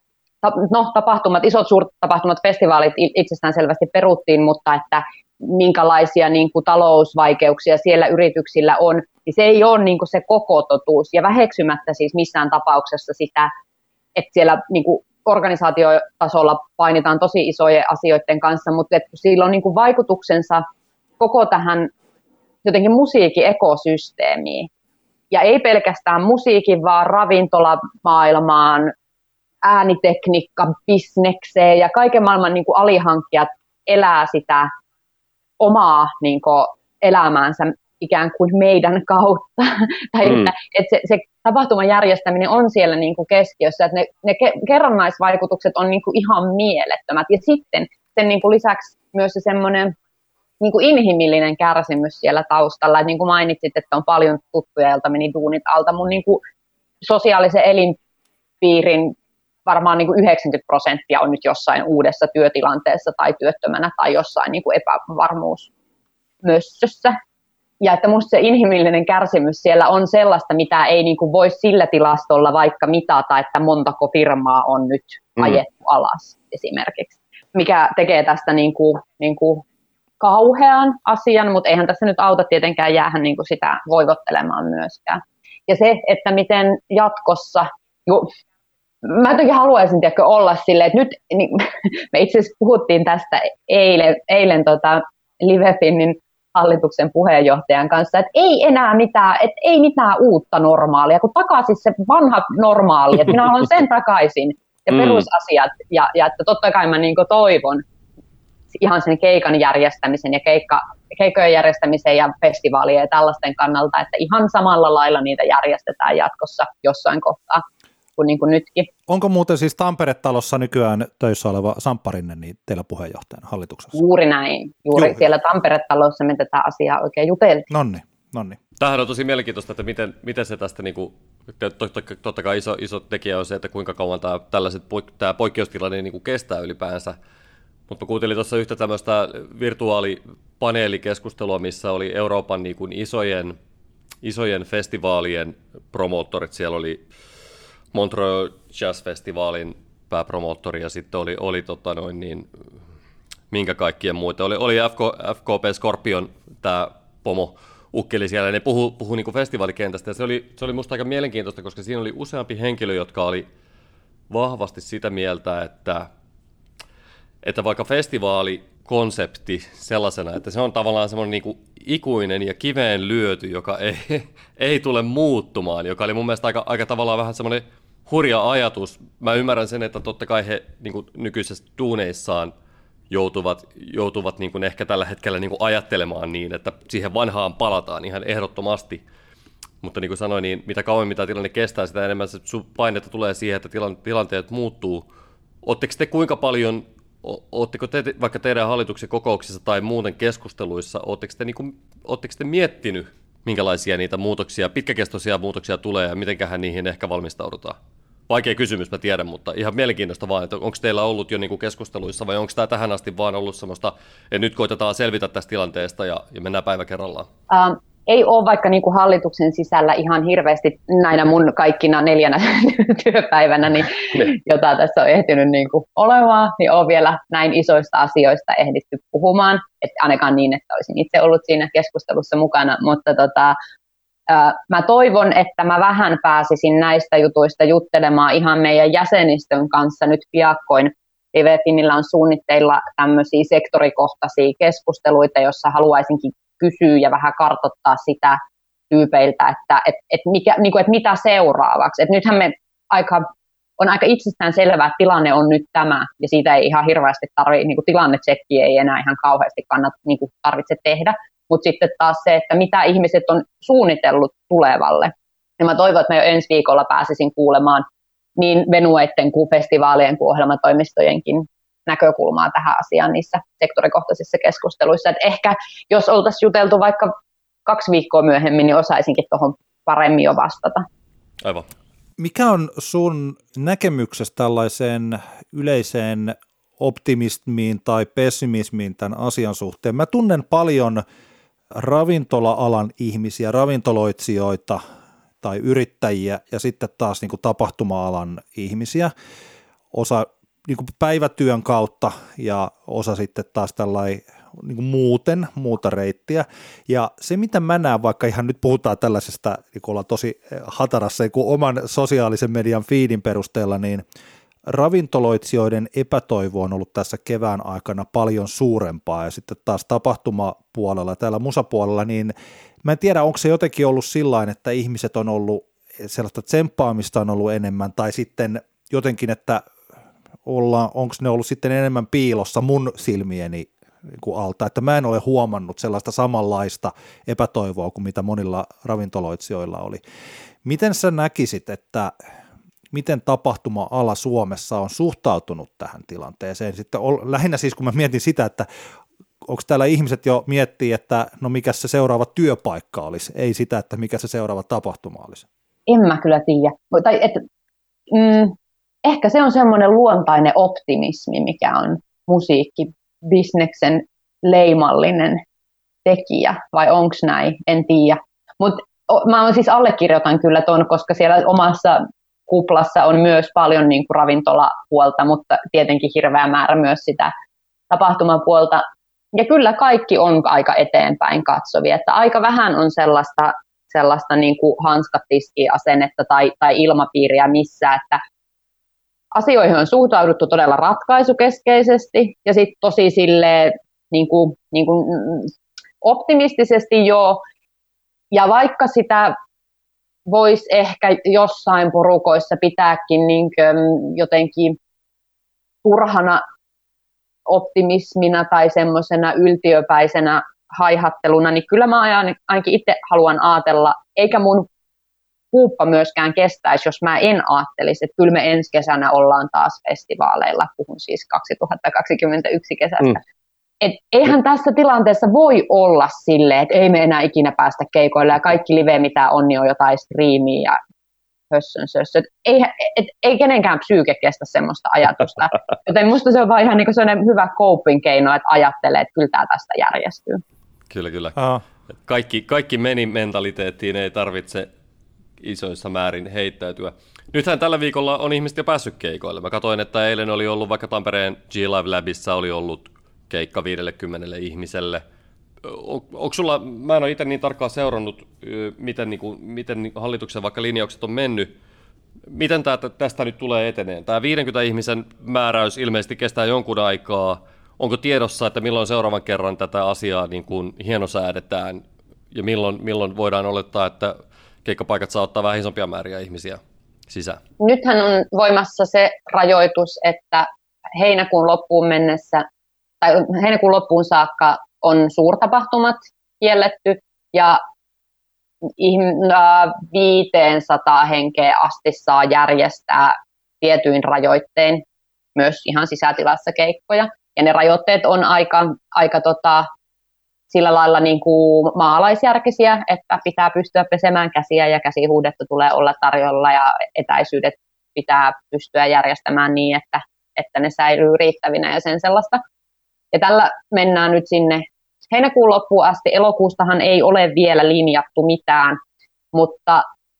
no, tapahtumat, isot suurt tapahtumat, festivaalit itsestään selvästi peruttiin, mutta että minkälaisia niin kuin, talousvaikeuksia siellä yrityksillä on, niin se ei ole niin kuin, se koko totuus. Ja väheksymättä siis missään tapauksessa sitä, että siellä niin kuin, organisaatiotasolla painitaan tosi isojen asioiden kanssa, mutta että sillä on niin kuin, vaikutuksensa koko tähän jotenkin musiikin ekosysteemiin. Ja ei pelkästään musiikin, vaan ravintolamaailmaan, äänitekniikka, bisnekseen ja kaiken maailman niin kuin, alihankkijat elää sitä omaa niin kuin, elämäänsä ikään kuin meidän kautta. tai mm. että, että se, se tapahtuman järjestäminen on siellä niin kuin keskiössä, että ne, ne kerrannaisvaikutukset on niin kuin ihan mielettömät. Ja sitten sen niin kuin lisäksi myös se semmoinen niin kuin inhimillinen kärsimys siellä taustalla. Että niin kuin mainitsit, että on paljon tuttuja, joilta meni duunit alta. Mun niin kuin sosiaalisen elinpiirin varmaan niin kuin yhdeksänkymmentä prosenttia on nyt jossain uudessa työtilanteessa tai työttömänä tai jossain niin kuin epävarmuusmössössä. Ja että musta se inhimillinen kärsimys siellä on sellaista, mitä ei niin kuin voi sillä tilastolla vaikka mitata, että montako firmaa on nyt ajettu mm. alas esimerkiksi. Mikä tekee tästä niin kuin, niin kuin kauhean asian, mutta eihän tässä nyt auta tietenkään jäädä niin kuin sitä voivottelemaan myöskään. Ja se, että miten jatkossa... Mä jotenkin haluaisin tiedäkö, olla silleen, että nyt niin, me itse asiassa puhuttiin tästä eilen, eilen tota, LiveFinnin hallituksen puheenjohtajan kanssa, että ei enää mitään, että ei mitään uutta normaalia, kun takaisin se vanha normaali, että minä haluan sen takaisin ja mm. perusasiat, ja, ja että totta kai mä niin kuin toivon ihan sen keikan järjestämisen ja keikka, keikkojen järjestämisen ja festivaalien ja tällaisten kannalta, että ihan samalla lailla niitä järjestetään jatkossa jossain kohtaa. Kuin niin kuin nytkin. Onko muuten siis Tampere-talossa nykyään töissä oleva Sampparinen niin teillä puheenjohtajana hallituksessa? Juuri näin. Juuri Juh. siellä Tampere-talossa me tätä asiaa oikein juteltiin. Nonni, nonni. Tämähän on tosi mielenkiintoista, että miten, miten se tästä, niin kuin, totta, totta kai iso, iso tekijä on se, että kuinka kauan tämä, tällaiset, tämä poikkeustilanne niin kuin kestää ylipäänsä. Mutta kuuntelin tuossa yhtä tämmöistä virtuaalipaneelikeskustelua, missä oli Euroopan niin kuin isojen isojen festivaalien promoottorit. Siellä oli Montreux Jazz Festivalin pääpromoottori ja sitten oli, oli tota noin niin, minkä kaikkien muita. Oli, oli F K, F K P Scorpion, tämä pomo ukkeli siellä, ja ne puhui puhu niinku festivaalikentästä, ja se oli, se oli musta aika mielenkiintoista, koska siinä oli useampi henkilö, jotka oli vahvasti sitä mieltä, että, että vaikka festivaalikonsepti sellaisena, että se on tavallaan semmoinen niinku ikuinen ja kiveen lyöty, joka ei, ei tule muuttumaan, joka oli mun mielestä aika, aika tavallaan vähän semmoinen hurja ajatus. Mä ymmärrän sen, että totta kai he niinku nykyisessä duuneissaan joutuvat, joutuvat niin kuin ehkä tällä hetkellä niin kuin ajattelemaan niin, että siihen vanhaan palataan ihan ehdottomasti. Mutta niin kuin sanoin, niin mitä kauemmin mitä tilanne kestää, sitä enemmän se painetta tulee siihen, että tilanteet muuttuu. Oletteko te kuinka paljon, oletteko te vaikka teidän hallituksen kokouksissa tai muuten keskusteluissa, oletteko te, niin kuin, oletteko te miettinyt, minkälaisia niitä muutoksia, pitkäkestoisia muutoksia tulee ja mitenköhän niihin ehkä valmistaudutaan? Vaikea kysymys, mä tiedän, mutta ihan mielenkiintoista vaan, että onko teillä ollut jo niinku keskusteluissa vai onko tämä tähän asti vaan ollut semmoista, että nyt koitetaan selvitä tästä tilanteesta ja, ja mennään päivä kerrallaan? Ähm, ei ole vaikka niinku hallituksen sisällä ihan hirveästi näinä mun kaikkina neljänä työpäivänä, niin, jota tässä on ehtinyt niinku olemaan, niin on vielä näin isoista asioista ehditty puhumaan, että ainakaan niin, että olisin itse ollut siinä keskustelussa mukana, mutta tota, mä toivon, että mä vähän pääsisin näistä jutuista juttelemaan ihan meidän jäsenistön kanssa nyt piakkoin. T V Finillä on suunnitteilla tämmöisiä sektorikohtaisia keskusteluita, jossa haluaisinkin kysyä ja vähän kartoittaa sitä tyypeiltä, että et, et mikä, niinku, et mitä seuraavaksi. Et nythän me aika, on aika itsestään selvää, että tilanne on nyt tämä, ja siitä ei ihan hirveästi tarvitse, niinku, tilannetsekkiä ei enää ihan kauheasti kannata, niinku, tarvitse tehdä. Mutta sitten taas se, että mitä ihmiset on suunnitellut tulevalle. Ja mä toivon, että mä jo ensi viikolla pääsisin kuulemaan niin venueiden kuin festivaalien kuin ohjelmatoimistojenkin näkökulmaa tähän asiaan niissä sektorikohtaisissa keskusteluissa. Et ehkä jos oltaisiin juteltu vaikka kaksi viikkoa myöhemmin, niin osaisinkin tuohon paremmin jo vastata. Aivan. Mikä on sun näkemyksessä tällaiseen yleiseen optimismiin tai pessimismiin tämän asian suhteen? Mä tunnen paljon ravintola-alan ihmisiä, ravintoloitsijoita tai yrittäjiä ja sitten taas niin kuin tapahtuma-alan ihmisiä, osa niin kuin päivätyön kautta ja osa sitten taas tällainen niin kuin muuten, muuta reittiä. Ja se, mitä mä näen, vaikka ihan nyt puhutaan tällaisesta, niin kun ollaan tosi hatarassa niin kuin oman sosiaalisen median feedin perusteella, niin ravintoloitsijoiden epätoivo on ollut tässä kevään aikana paljon suurempaa ja sitten taas tapahtumapuolella, täällä musapuolella, niin mä en tiedä, onko se jotenkin ollut sillain, että ihmiset on ollut, sellaista tsemppaamista on ollut enemmän tai sitten jotenkin, että ollaan, onko ne ollut sitten enemmän piilossa mun silmieni niin alta, että mä en ole huomannut sellaista samanlaista epätoivoa kuin mitä monilla ravintoloitsijoilla oli. Miten sä näkisit, että miten tapahtuma-ala Suomessa on suhtautunut tähän tilanteeseen? Sitten lähinnä siis, kun mä mietin sitä, että onko täällä ihmiset jo miettii, että no mikä se seuraava työpaikka olisi, ei sitä, että mikä se seuraava tapahtuma olisi. En mä kyllä tiedä. Tai, et, mm, ehkä se on semmoinen luontainen optimismi, mikä on musiikkibisneksen leimallinen tekijä, vai onko näin, en tiedä. Mutta mä siis allekirjoitan kyllä ton, koska siellä omassa kuplassa on myös paljon niin kuin ravintolapuolta, mutta tietenkin hirveä määrä myös sitä tapahtumapuolta. Ja kyllä kaikki on aika eteenpäin katsovia, että aika vähän on sellaista, sellaista niin kuin hanskatiski-asennetta tai, tai ilmapiiriä missä, että asioihin on suhtauduttu todella ratkaisukeskeisesti ja sitten tosi silleen, niin kuin, niin kuin optimistisesti jo, ja vaikka sitä voisi ehkä jossain porukoissa pitääkin niin kuin jotenkin turhana optimismina tai semmoisena yltiöpäisenä haihatteluna, niin kyllä mä ainakin itse haluan ajatella, eikä mun huuppa myöskään kestäisi, jos mä en ajattelisi, että kyllä me ensi kesänä ollaan taas festivaaleilla, puhun siis kaksituhattakaksikymmentäyksi kesästä. Mm. Et eihän tässä tilanteessa voi olla silleen, että ei me enää ikinä päästä keikoille ja kaikki live mitä on, niin on jotain striimiä ja hössön sössö. Ei, et, ei kenenkään psyyke kestä semmoista ajatusta. Joten musta se on vaan ihan niin sellainen hyvä coping keino, että ajattelee, että kyllä tämä tästä järjestyy. Kyllä, kyllä. Uh, Kaikki, kaikki meni mentaliteettiin, ei tarvitse isoissa määrin heittäytyä. Nythän tällä viikolla on ihmiset jo päässyt keikoille. Mä katsoin, että eilen oli ollut vaikka Tampereen G-Live Labissa oli ollut keikka viisikymmentä ihmiselle. On, onko sulla, mä en ole itse niin tarkkaan seurannut, miten, niin kuin, miten hallituksen vaikka linjaukset on mennyt. Miten tää, tästä nyt tulee eteneen? Tämä viisikymmentä ihmisen määräys ilmeisesti kestää jonkun aikaa. Onko tiedossa, että milloin seuraavan kerran tätä asiaa niin kuin hienosäädetään ja milloin, milloin voidaan olettaa, että keikkapaikat saa ottaa vähän isompia määriä ihmisiä sisään? Nythän on voimassa se rajoitus, että heinäkuun loppuun mennessä tai heinäkuun loppuun saakka on suurtapahtumat kielletty ja viisisataa henkeä asti saa järjestää tietyin rajoittein myös ihan sisätilassa keikkoja. Ja ne rajoitteet on aika, aika tota, sillä lailla niin kuin maalaisjärkisiä, että pitää pystyä pesemään käsiä ja käsihuudetta tulee olla tarjolla ja etäisyydet pitää pystyä järjestämään niin, että, että ne säilyy riittävinä ja sen sellaista. Ja tällä mennään nyt sinne heinäkuun loppuun asti. Elokuustahan ei ole vielä linjattu mitään, mutta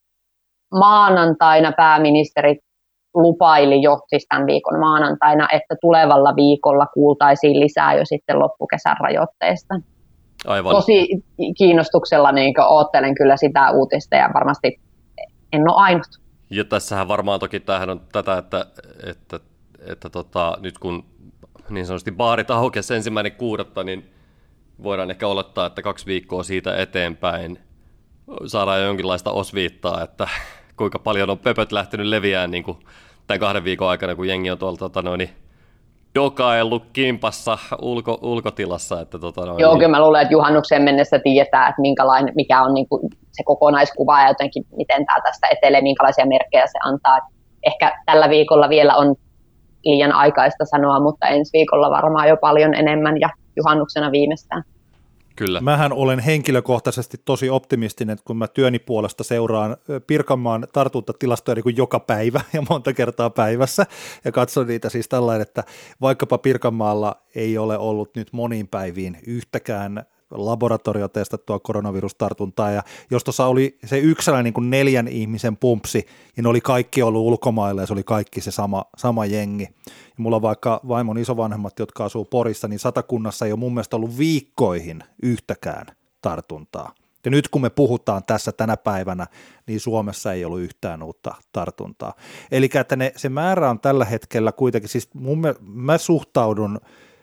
maanantaina pääministeri lupaili jo siis tämän viikon maanantaina, että tulevalla viikolla kuultaisiin lisää jo sitten loppukesän rajoitteista. Aivan. Tosi kiinnostuksella niin oottelen kyllä sitä uutista ja varmasti en ole ainut. Ja tässähän varmaan toki tämähän on tätä, että, että, että tota, nyt kun niin sanotusti baarit aukesi ensimmäinen kuudetta, niin voidaan ehkä olettaa, että kaksi viikkoa siitä eteenpäin saadaan jonkinlaista osviittaa, että kuinka paljon on pöpöt lähtenyt leviään niin kuin tämän kahden viikon aikana, kun jengi on tuolta tota, noin, dokaillut kimpassa ulko, ulkotilassa. Että, tota, noin, Joo, kyllä mä luulen, että juhannukseen mennessä tiedetään, että minkälainen, mikä on niin kuin se kokonaiskuva ja jotenkin miten tämä tästä etelee, minkälaisia merkkejä se antaa. Ehkä tällä viikolla vielä on liian aikaista sanoa, mutta ensi viikolla varmaan jo paljon enemmän ja juhannuksena viimeistään. Kyllä. Mähän olen henkilökohtaisesti tosi optimistinen, kun mä työni puolesta seuraan Pirkanmaan tartuntatilastoja niin kuin joka päivä ja monta kertaa päivässä ja katson niitä siis tällainen, että vaikkapa Pirkanmaalla ei ole ollut nyt moniin päiviin yhtäkään laboratoriotestattua koronavirustartuntaa ja jos tuossa oli se yksi niin kuin neljän ihmisen pumpsi ja ne oli kaikki ollut ulkomailla ja se oli kaikki se sama, sama jengi. Ja mulla on vaikka vaimon isovanhemmat, jotka asuu Porissa, niin Satakunnassa ei ole mun mielestä ollut viikkoihin yhtäkään tartuntaa. Ja nyt kun me puhutaan tässä tänä päivänä, niin Suomessa ei ollut yhtään uutta tartuntaa. Eli että ne, se määrä on tällä hetkellä kuitenkin, siis mun, mä suhtaudun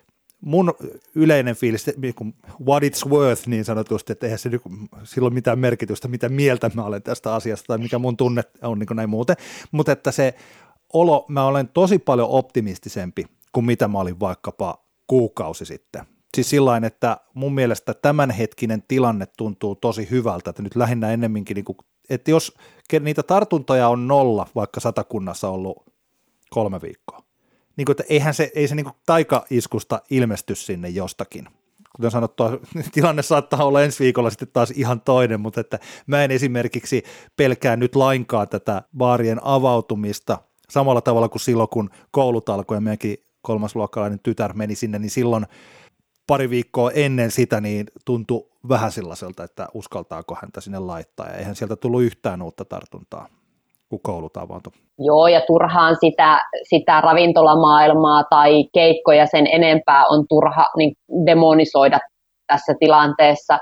mun yleinen fiilis, what it's worth niin sanotusti, että eihän se nyt silloin mitään merkitystä, mitä mieltä mä olen tästä asiasta tai mikä mun tunne on niin kuin näin muuten, mutta että se olo, mä olen tosi paljon optimistisempi kuin mitä mä olin vaikkapa kuukausi sitten. Siis sillain, että mun mielestä tämänhetkinen tilanne tuntuu tosi hyvältä, että nyt lähinnä ennemminkin, niin kuin, että jos niitä tartuntoja on nolla, vaikka Satakunnassa ollut kolme viikkoa, niin kuin, että eihän se, ei se niin kuin taikaiskusta ilmesty sinne jostakin. Kuten sanottua, tilanne saattaa olla ensi viikolla sitten taas ihan toinen, mutta että mä en esimerkiksi pelkää nyt lainkaan tätä baarien avautumista samalla tavalla kuin silloin, kun koulut alkoi ja meidänkin kolmasluokkalainen tytär meni sinne, niin silloin pari viikkoa ennen sitä niin tuntui vähän sellaiselta, että uskaltaako häntä sinne laittaa ja eihän sieltä tullut yhtään uutta tartuntaa, kun koulut avautui. Joo, ja turhaan sitä, sitä ravintolamaailmaa tai keikkoja sen enempää on turha niin demonisoida tässä tilanteessa.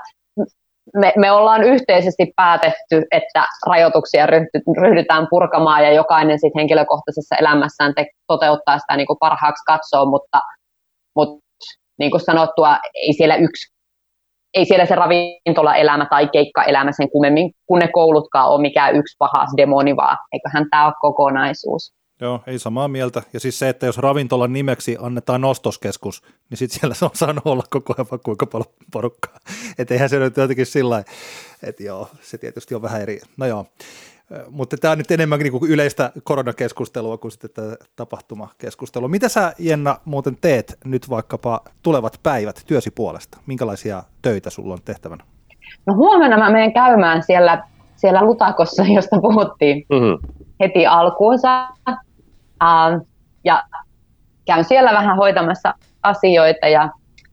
Me, me ollaan yhteisesti päätetty, että rajoituksia ryhty, ryhdytään purkamaan ja jokainen sit henkilökohtaisessa elämässään te, toteuttaa sitä niin kuin parhaaksi katsoo, mutta, mutta niin kuin sanottua, ei siellä yksi Ei siellä se ravintolaelämä tai keikkaelämä sen kummemmin, kun ne koulutkaan ole mikään yksi pahas demoni, vaan eiköhän tämä ole kokonaisuus. Joo, ei samaa mieltä. Ja siis se, että jos ravintolan nimeksi annetaan ostoskeskus, niin sitten siellä se on saanut olla koko ajan kuinka paljon porukkaa. Että eihän se nyt jotenkin sillä lailla, että joo, se tietysti on vähän eri. No joo, mutta tämä on nyt enemmänkin niin kuin yleistä koronakeskustelua kuin sitten tämä tapahtumakeskustelua. Mitä sä, Jenna, muuten teet nyt vaikkapa tulevat päivät työsi puolesta? Minkälaisia töitä sulla on tehtävänä? No huomenna mä menen käymään siellä, siellä Lutakossa, josta puhuttiin mm-hmm. heti alkuunsa. Uh, ja käyn siellä vähän hoitamassa asioita ja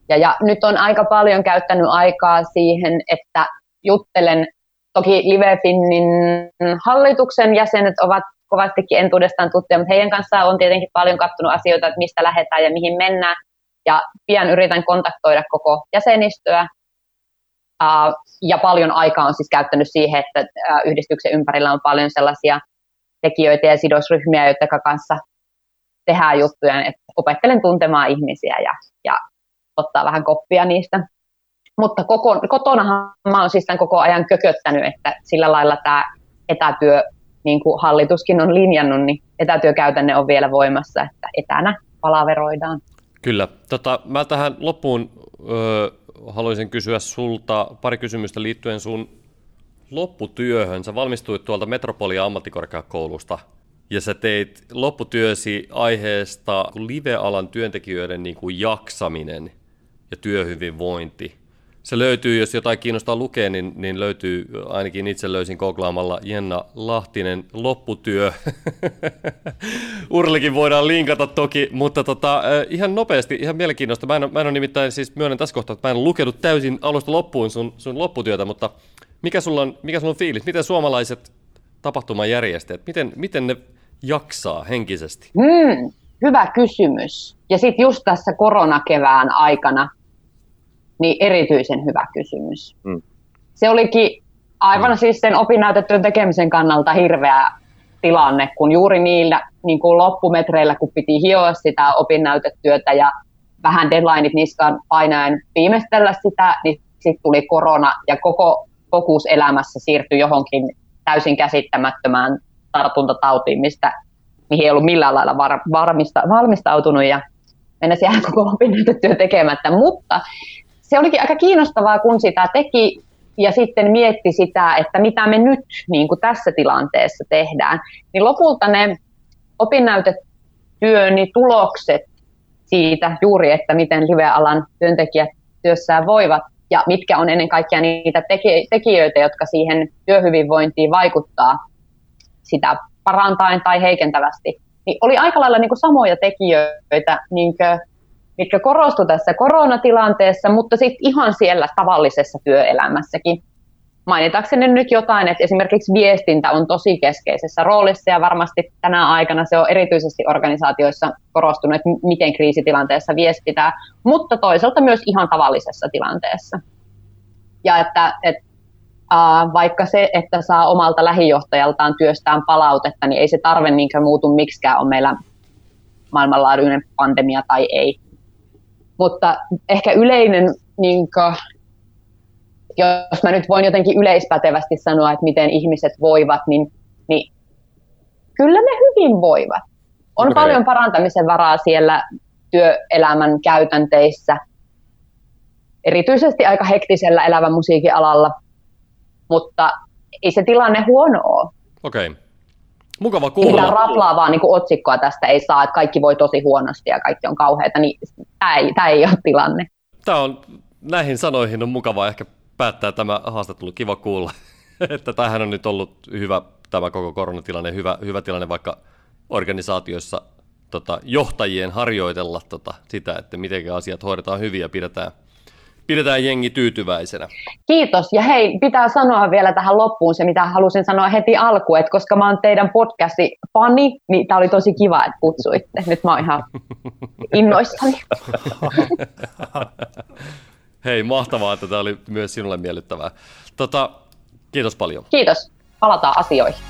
Ja, ja nyt on aika paljon käyttänyt aikaa siihen, että juttelen, toki LiveFinnin hallituksen jäsenet ovat kovastikin entuudestaan tuttuja, mutta heidän kanssaan on tietenkin paljon katsonut asioita, että mistä lähdetään ja mihin mennään. Ja pian yritän kontaktoida koko jäsenistöä. Uh, ja paljon aikaa on siis käyttänyt siihen, että uh, yhdistyksen ympärillä on paljon sellaisia tekijöitä ja sidosryhmiä, joiden kanssa tehdään juttuja, että opettelen tuntemaan ihmisiä ja, ja ottaa vähän koppia niistä. Mutta koko, kotonahan mä oon siis tämän koko ajan kököttänyt, että sillä lailla tämä etätyö, niin kuin hallituskin on linjannut, niin etätyökäytänne on vielä voimassa, että etänä palaveroidaan. Kyllä. Tota, mä tähän loppuun ö, haluaisin kysyä sulta pari kysymystä liittyen sun lopputyöhön. Sä valmistuit tuolta Metropolia ammattikorkeakoulusta ja sä teit lopputyösi aiheesta live-alan työntekijöiden niin kuin jaksaminen ja työhyvinvointi. Se löytyy, jos jotain kiinnostaa lukea, niin, niin löytyy, ainakin itse löysin googlaamalla Jenna Lahtinen lopputyö. Urlikin voidaan linkata toki, mutta tota, ihan nopeasti, ihan mielenkiintoista. Mä en, mä en ole nimittäin, siis myönnän tässä kohtaa, että mä en ole lukenut täysin alusta loppuun sun, sun lopputyötä, mutta mikä sulla on, mikä sulla on fiilis? Miten suomalaiset tapahtumajärjestäjät, miten, miten ne jaksaa henkisesti? Mm, hyvä kysymys. Ja sitten just tässä koronakevään aikana, niin erityisen hyvä kysymys. Mm. Se olikin aivan mm. siis sen opinnäytetyön tekemisen kannalta hirveä tilanne, kun juuri niillä niin kuin loppumetreillä, kun piti hioa sitä opinnäytetyötä ja vähän deadlineit niskaan painaen viimeistellä sitä, niin sitten tuli korona ja koko fokus elämässä siirtyi johonkin täysin käsittämättömään tartuntatautiin, mistä, mihin ei ollut millään lailla var, varmista, valmistautunut ja mennä siellä koko opinnäytetyö tekemättä, mutta se olikin aika kiinnostavaa, kun sitä teki ja sitten mietti sitä, että mitä me nyt niin kuin tässä tilanteessa tehdään. Niin lopulta ne opinnäytetyöni tulokset siitä juuri, että miten live-alan työntekijät työssään voivat ja mitkä on ennen kaikkea niitä tekijöitä, jotka siihen työhyvinvointiin vaikuttaa sitä parantaen tai heikentävästi, niin oli aika lailla niin kuin samoja tekijöitä, niin kuin mitkä korostui tässä koronatilanteessa, mutta sitten ihan siellä tavallisessa työelämässäkin. Mainitakseni nyt jotain, että esimerkiksi viestintä on tosi keskeisessä roolissa ja varmasti tänä aikana se on erityisesti organisaatioissa korostunut, että miten kriisitilanteessa viestitään, mutta toisaalta myös ihan tavallisessa tilanteessa. Ja että, että äh, vaikka se, että saa omalta lähijohtajaltaan työstään palautetta, niin ei se tarve niinkään muutu miksikään, on meillä maailmanlaajuinen pandemia tai ei. Mutta ehkä yleinen, niin kuin, jos mä nyt voin jotenkin yleispätevästi sanoa, että miten ihmiset voivat, niin, niin kyllä ne hyvin voivat. On okay. Paljon parantamisen varaa siellä työelämän käytänteissä, erityisesti aika hektisellä elävän musiikin alalla, mutta ei se tilanne huono ole. Okei. Okay. Mukava kuulla. Mitään raplaavaa niin kuin otsikkoa tästä ei saa, että kaikki voi tosi huonosti ja kaikki on kauheata, niin tämä ei, tämä ei ole tilanne. Tämä on, näihin sanoihin on mukava ehkä päättää tämä haastattelu, kiva kuulla, että tämähän on nyt ollut hyvä, tämä koko koronatilanne, hyvä, hyvä tilanne vaikka organisaatioissa tota, johtajien harjoitella tota, sitä, että miten asiat hoidetaan hyvin ja pidetään, pidetään jengi tyytyväisenä. Kiitos. Ja hei, pitää sanoa vielä tähän loppuun se, mitä halusin sanoa heti alkuun, että koska mä oon teidän podcasti fani, niin tää oli tosi kiva, että kutsuitte. Nyt mä oon ihan innoissani. Hei, mahtavaa, että tämä oli myös sinulle miellyttävää. Tota, kiitos paljon. Kiitos. Palataan asioihin.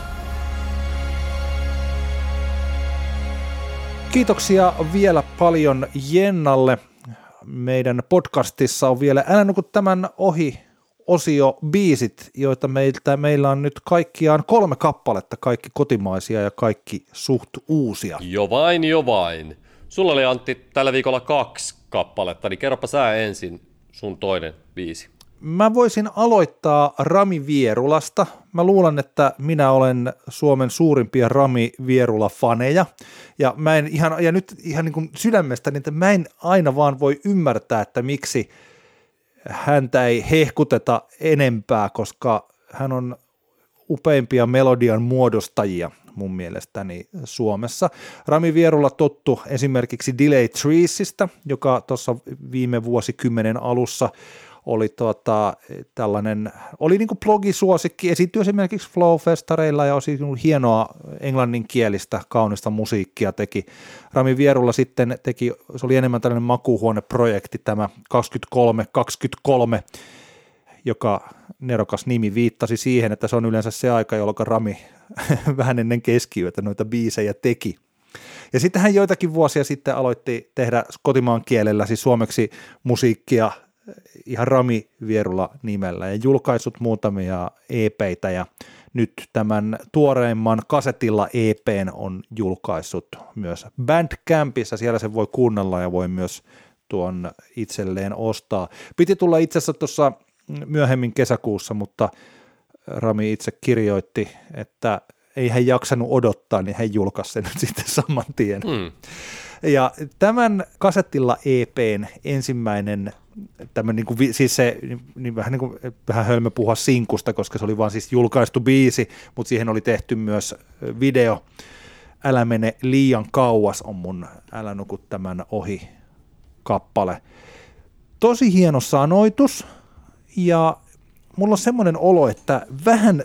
Kiitoksia vielä paljon Jennalle. Meidän podcastissa on vielä Älä nuku tämän ohi osio biisit, joita meiltä, meillä on nyt kaikkiaan kolme kappaletta, kaikki kotimaisia ja kaikki suht uusia. Jo vain, jo vain. Sulla oli Antti tällä viikolla kaksi kappaletta, niin kerropa sä ensin sun toinen biisi. Mä voisin aloittaa Rami Vierulasta. Mä luulen, että minä olen Suomen suurimpia Rami Vierula-faneja. Ja, mä en ihan, ja nyt ihan niin kuin sydämestäni, että mä en aina vaan voi ymmärtää, että miksi häntä ei hehkuteta enempää, koska hän on upeimpia melodian muodostajia. mun mielestäni Suomessa. Rami Vierula tottu esimerkiksi Delay Treesistä, joka tuossa viime vuosikymmenen alussa oli tuota, tällainen, oli niin kuin blogisuosikki, esiintyi esimerkiksi Flow-festareilla ja olisi hienoa englanninkielistä, kaunista musiikkia teki. Rami Vierula sitten teki, se oli enemmän tällainen makuuhuoneprojekti, tämä kaksikymmentäkolme kaksikymmentäkolme, joka nerokas nimi viittasi siihen, että se on yleensä se aika, jolloin Rami vähän ennen keskiyötä noita biisejä teki. Ja sitten hän joitakin vuosia sitten aloitti tehdä kotimaan kielellä, siis suomeksi musiikkia ihan Rami Vierula nimellä ja julkaissut muutamia E P:itä ja nyt tämän tuoreimman kasetilla E P:n on julkaissut myös Bandcampissa, siellä se voi kuunnella ja voi myös tuon itselleen ostaa. Piti tulla itse asiassa tuossa myöhemmin kesäkuussa, mutta Rami itse kirjoitti, että ei hän jaksanut odottaa, niin hän julkaisi sen nyt sitten saman tien. Mm. Ja tämän kasettilla E P:n ensimmäinen, tämän niin kuin, siis se, niin vähän, niin kuin, vähän hölmö puhua sinkusta, koska se oli vaan siis julkaistu biisi, mutta siihen oli tehty myös video. Älä mene liian kauas on mun Älä nuku tämän ohi kappale. Tosi hieno sanoitus ja mulla on semmoinen olo, että vähän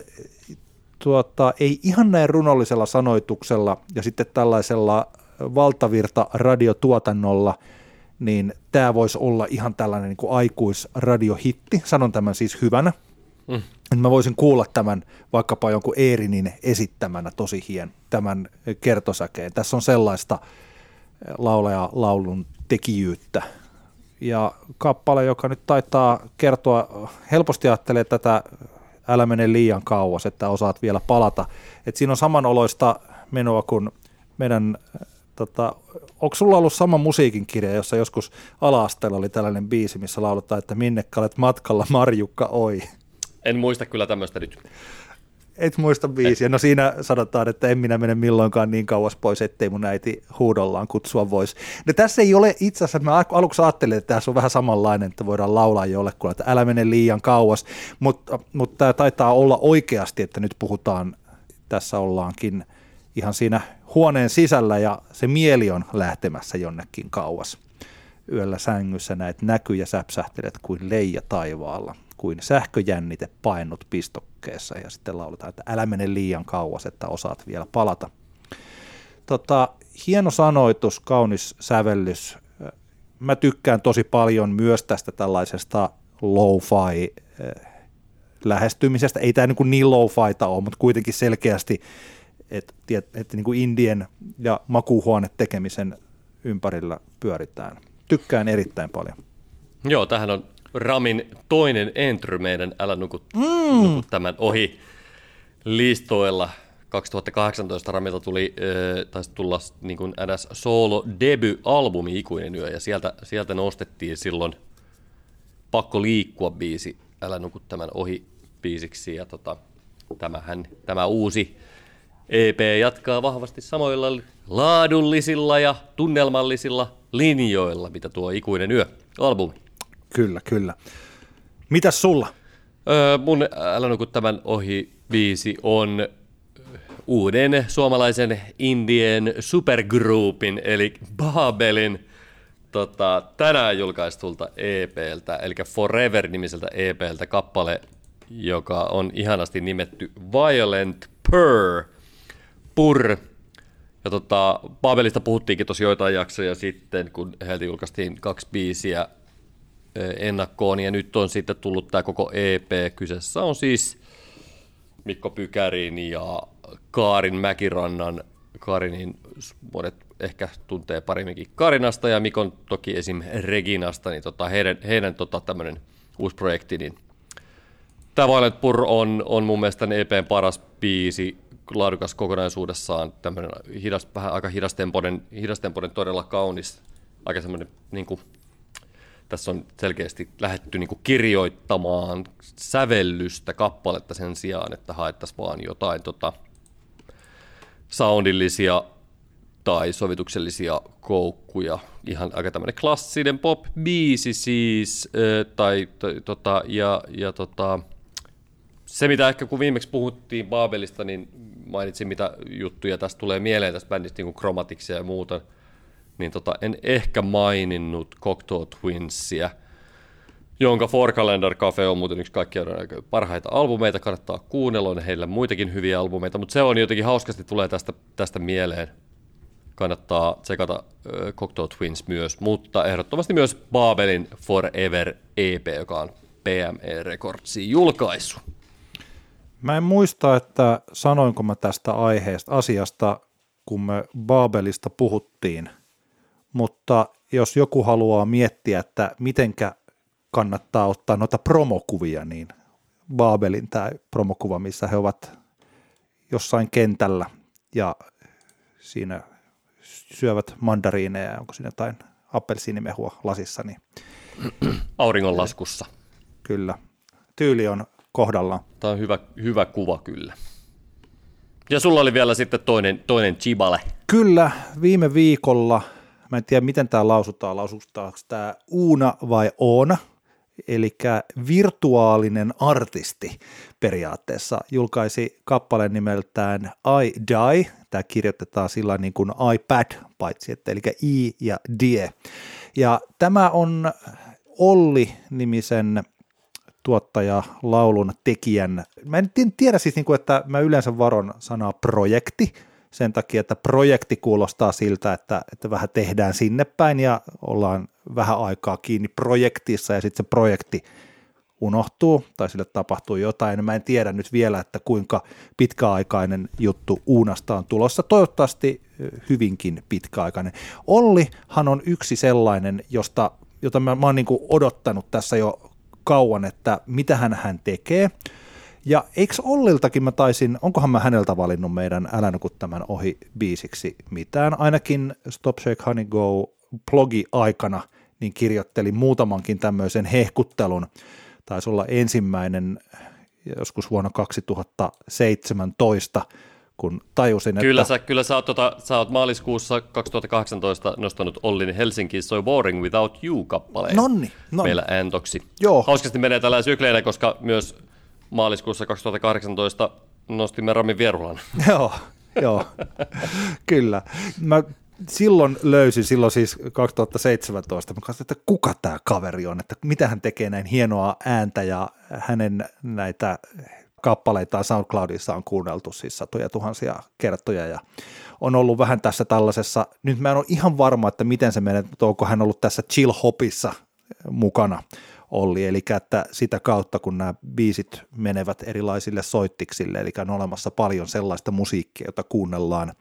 tuota, ei ihan näin runollisella sanoituksella ja sitten tällaisella valtavirta radiotuotannolla, niin tämä voisi olla ihan tällainen niin kuin aikuisradiohitti. Sanon tämän siis hyvänä. Mm. Mä voisin kuulla tämän vaikkapa jonkun Eerinin esittämänä tosi hien tämän kertosäkeen. Tässä on sellaista laulaja laulun tekijyyttä. Ja kappale, joka nyt taitaa kertoa, helposti ajattelee tätä Älä mene liian kauas, että osaat vielä palata. Et siinä on samanoloista menoa kuin meidän, tota, onko sulla ollut sama musiikin kirja, jossa joskus ala-asteella oli tällainen biisi, missä lauletaan, että minnekä olet matkalla Marjukka oi. En muista kyllä tämmöistä nyt. Et muista biisiä. No siinä sanotaan, että en minä mene milloinkaan niin kauas pois, ettei mun äiti huudollaan kutsua voisi. No tässä ei ole itse asiassa, mä aluksi ajattelin, että tässä on vähän samanlainen, että voidaan laulaa jollekulle, että älä mene liian kauas, mutta, mutta tämä taitaa olla oikeasti, että nyt puhutaan, tässä ollaankin ihan siinä huoneen sisällä ja se mieli on lähtemässä jonnekin kauas. Yöllä sängyssä näet näkyjä säpsähtelet kuin leija taivaalla, kuin sähköjännite painut pistokkeessa ja sitten lauletaan, että älä mene liian kauas, että osaat vielä palata. Tota, hieno sanoitus, kaunis sävellys. Mä tykkään tosi paljon myös tästä tällaisesta lo-fi lähestymisestä. Ei tämä niin, niin lo-fiita ole, mutta kuitenkin selkeästi, että et, niin kuin indien ja makuuhuone tekemisen ympärillä pyöritään. Tykkään erittäin paljon. Joo, tämähän on Ramin toinen entry meidän Älä nuku, mm. nuku tämän ohi listoilla. kaksituhattakahdeksantoista Ramilta tuli, äh, taisi tulla niin kuin N S solo debut-albumi Ikuinen yö, ja sieltä, sieltä nostettiin silloin Pakko liikkua biisi Älä nuku tämän ohi biisiksi, ja tota, tämähän, tämä uusi E P jatkaa vahvasti samoilla laadullisilla ja tunnelmallisilla linjoilla, mitä tuo Ikuinen yö-albumi. Kyllä, kyllä. Mitäs sulla? Öö, mun Älä nuku tämän ohi biisi on uuden suomalaisen indien supergroupin, eli Babelin tota, tänään julkaistulta E P:ltä, eli Forever-nimiseltä E P:ltä kappale, joka on ihanasti nimetty Violent Purr. Purr. Ja tota, Babelista puhuttiinkin tosi joitain jaksoja sitten, kun heiltä julkaistiin kaksi biisiä ennakkoon, ja nyt on sitten tullut tämä koko E P. Kyseessä on siis Mikko Pykärin ja Kaarin Mäkirannan. Kaarinin monet ehkä tuntee paremminkin Karinasta, ja Mikon toki esim. Reginasta, niin tota, heidän, heidän tota, tämmöinen uusi projekti. Niin tämä Violent Purr on, on mun mielestä E P:n paras biisi, laadukas kokonaisuudessaan, tämmöinen hidas, vähän aika hidastempoinen, hidastempoinen, todella kaunis, aika semmoinen, niin kuin, tässä on selkeästi lähdetty niin kuin kirjoittamaan sävellystä kappaletta sen sijaan, että haettaisiin vaan jotain tota, soundillisia tai sovituksellisia koukkuja. Ihan aika tämmöinen klassinen pop-biisi siis, tai, tai, tota, ja, ja tota, se mitä ehkä kun viimeksi puhuttiin Babelista, niin mainitsin, mitä juttuja tästä tulee mieleen tästä bändistä, niin kuin Chromaticsia ja muuta, niin tota, en ehkä maininnut Cocteau Twinsia, jonka Four Calendar Cafe on muuten yksi kaikkien parhaita albumeita, kannattaa kuunnella, on heillä muitakin hyviä albumeita, mutta se on jotenkin hauskasti tulee tästä, tästä mieleen. Kannattaa tsekata äh, Cocteau Twins myös, mutta ehdottomasti myös Babelin Forever E P, joka on P M E Recordsin julkaisu. Mä en muista, että sanoinko mä tästä aiheesta, asiasta, kun me Babelista puhuttiin, mutta jos joku haluaa miettiä, että mitenkä kannattaa ottaa noita promokuvia, niin Babelin tämä promokuva, missä he ovat jossain kentällä ja siinä syövät mandariineja, onko siinä jotain appelsiinimehua lasissa. Niin auringonlaskussa. Kyllä, tyyli on kohdallaan. Tämä on hyvä, hyvä kuva kyllä. Ja sulla oli vielä sitten toinen, toinen chibale. Kyllä, viime viikolla, mä en tiedä miten tämä lausutaan, lausutaanko tämä Uuna vai Oona, eli virtuaalinen artisti periaatteessa julkaisi kappaleen nimeltään I Die. Tämä kirjoitetaan sillä niin kuin iPad, paitsi että eli I ja Die. Ja tämä on Olli-nimisen tuottaja, laulun tekijän. Mä en tiedä siis, niin kuin, että mä yleensä varon sanaa projekti, sen takia, että projekti kuulostaa siltä, että, että vähän tehdään sinne päin ja ollaan vähän aikaa kiinni projektissa ja sitten se projekti unohtuu tai sille tapahtuu jotain. Mä en tiedä nyt vielä, että kuinka pitkäaikainen juttu Uunasta on tulossa. Toivottavasti hyvinkin pitkäaikainen. Ollihan on yksi sellainen, josta, jota mä, mä oon niin kuin odottanut tässä jo kauan, että mitä hän, hän tekee. Ja eikö Olliltakin mä taisin, onkohan mä häneltä valinnut meidän Älä nuku tämän ohi biisiksi mitään, ainakin Stop Shake Honey Go blogi aikana, niin kirjoittelin muutamankin tämmöisen hehkuttelun, taisi olla ensimmäinen joskus vuonna kaksituhattaseitsemäntoista, kun tajusin, kyllä että... Sä, kyllä sä oot, tota, sä oot maaliskuussa kaksituhattakahdeksantoista nostanut Ollin Helsinki So Boring Without You-kappaleen Nonni, nonni. meillä Antoksi. Joo. Hauskasti menee tällä sykleinä, koska myös maaliskuussa kaksituhattakahdeksantoista nostimme Rami Vierulan. Joo, joo, kyllä. Mä silloin löysin, silloin siis kaksituhattaseitsemäntoista, mä katsoin, että kuka tämä kaveri on, että mitä hän tekee näin hienoa ääntä ja hänen näitä kappaleitaan SoundCloudissa on kuunneltu siis satoja tuhansia kertoja ja on ollut vähän tässä tällaisessa, nyt mä en ole ihan varma, että miten se menee, mutta onko hän ollut tässä chill hopissa mukana Olli, eli että sitä kautta kun nämä biisit menevät erilaisille soittiksille, eli on olemassa paljon sellaista musiikkia, jota kuunnellaan,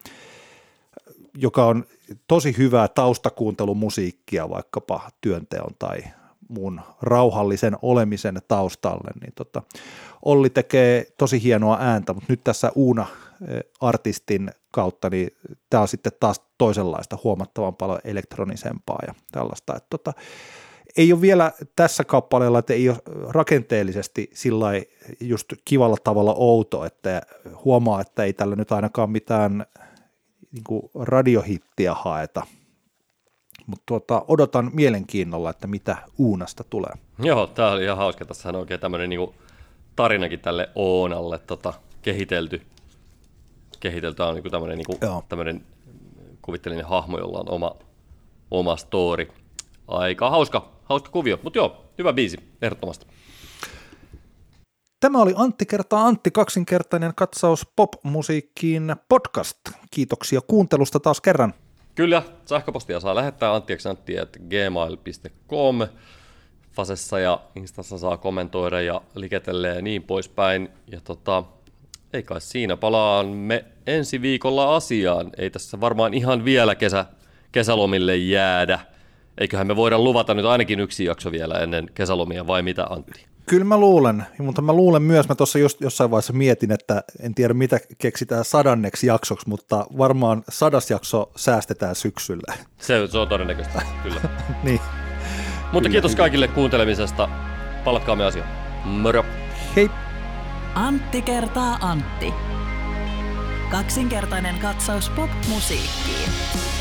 joka on tosi hyvää taustakuuntelumusiikkia vaikkapa työnteon tai muun rauhallisen olemisen taustalle, niin tota, Olli tekee tosi hienoa ääntä, mutta nyt tässä Uuna-artistin kautta, niin tämä on sitten taas toisenlaista, huomattavan paljon elektronisempaa ja tällaista, että tota, ei ole vielä tässä kappaleella, että ei ole rakenteellisesti sillai just kivalla tavalla outo, että huomaa, että ei tällä nyt ainakaan mitään niin kuin radiohittiä haeta, mutta tuota, odotan mielenkiinnolla, että mitä Uunasta tulee. Joo, tämä oli ihan hauska. Tässä on oikein tämmöinen niin kuin tarinakin tälle Oonalle tota, kehitelty. Kehitelty on niin kuin tämmöinen, niin kuin, tämmöinen kuvitteellinen hahmo, jolla on oma, oma story. Aika hauska, hauska kuvio, mutta joo, hyvä biisi, ehdottomasti. Tämä oli Antti kertaa Antti, kaksinkertainen katsaus pop-musiikkiin podcast. Kiitoksia kuuntelusta taas kerran. Kyllä, sähköpostia saa lähettää anttieksantti at gmail piste com. Fasessa ja Instassa saa kommentoida ja liketelleen ja niin poispäin. Ja tota, ei kai siinä, palaamme ensi viikolla asiaan. Ei tässä varmaan ihan vielä kesä, kesälomille jäädä. Eiköhän me voida luvata nyt ainakin yksi jakso vielä ennen kesälomia, vai mitä Antti? Kyllä mä luulen, mutta mä luulen myös, mä tuossa just jossain vaiheessa mietin, että en tiedä mitä keksitään sadanneksi jaksoksi, mutta varmaan sadas jakso säästetään syksyllä. Se, se on todennäköistä, kyllä. Niin. Mutta kyllä, kiitos kyllä. kaikille kuuntelemisesta. Palatkaamme asiaan. Moro. Hei. Antti kertaa Antti. Kaksinkertainen katsaus pop-musiikkiin.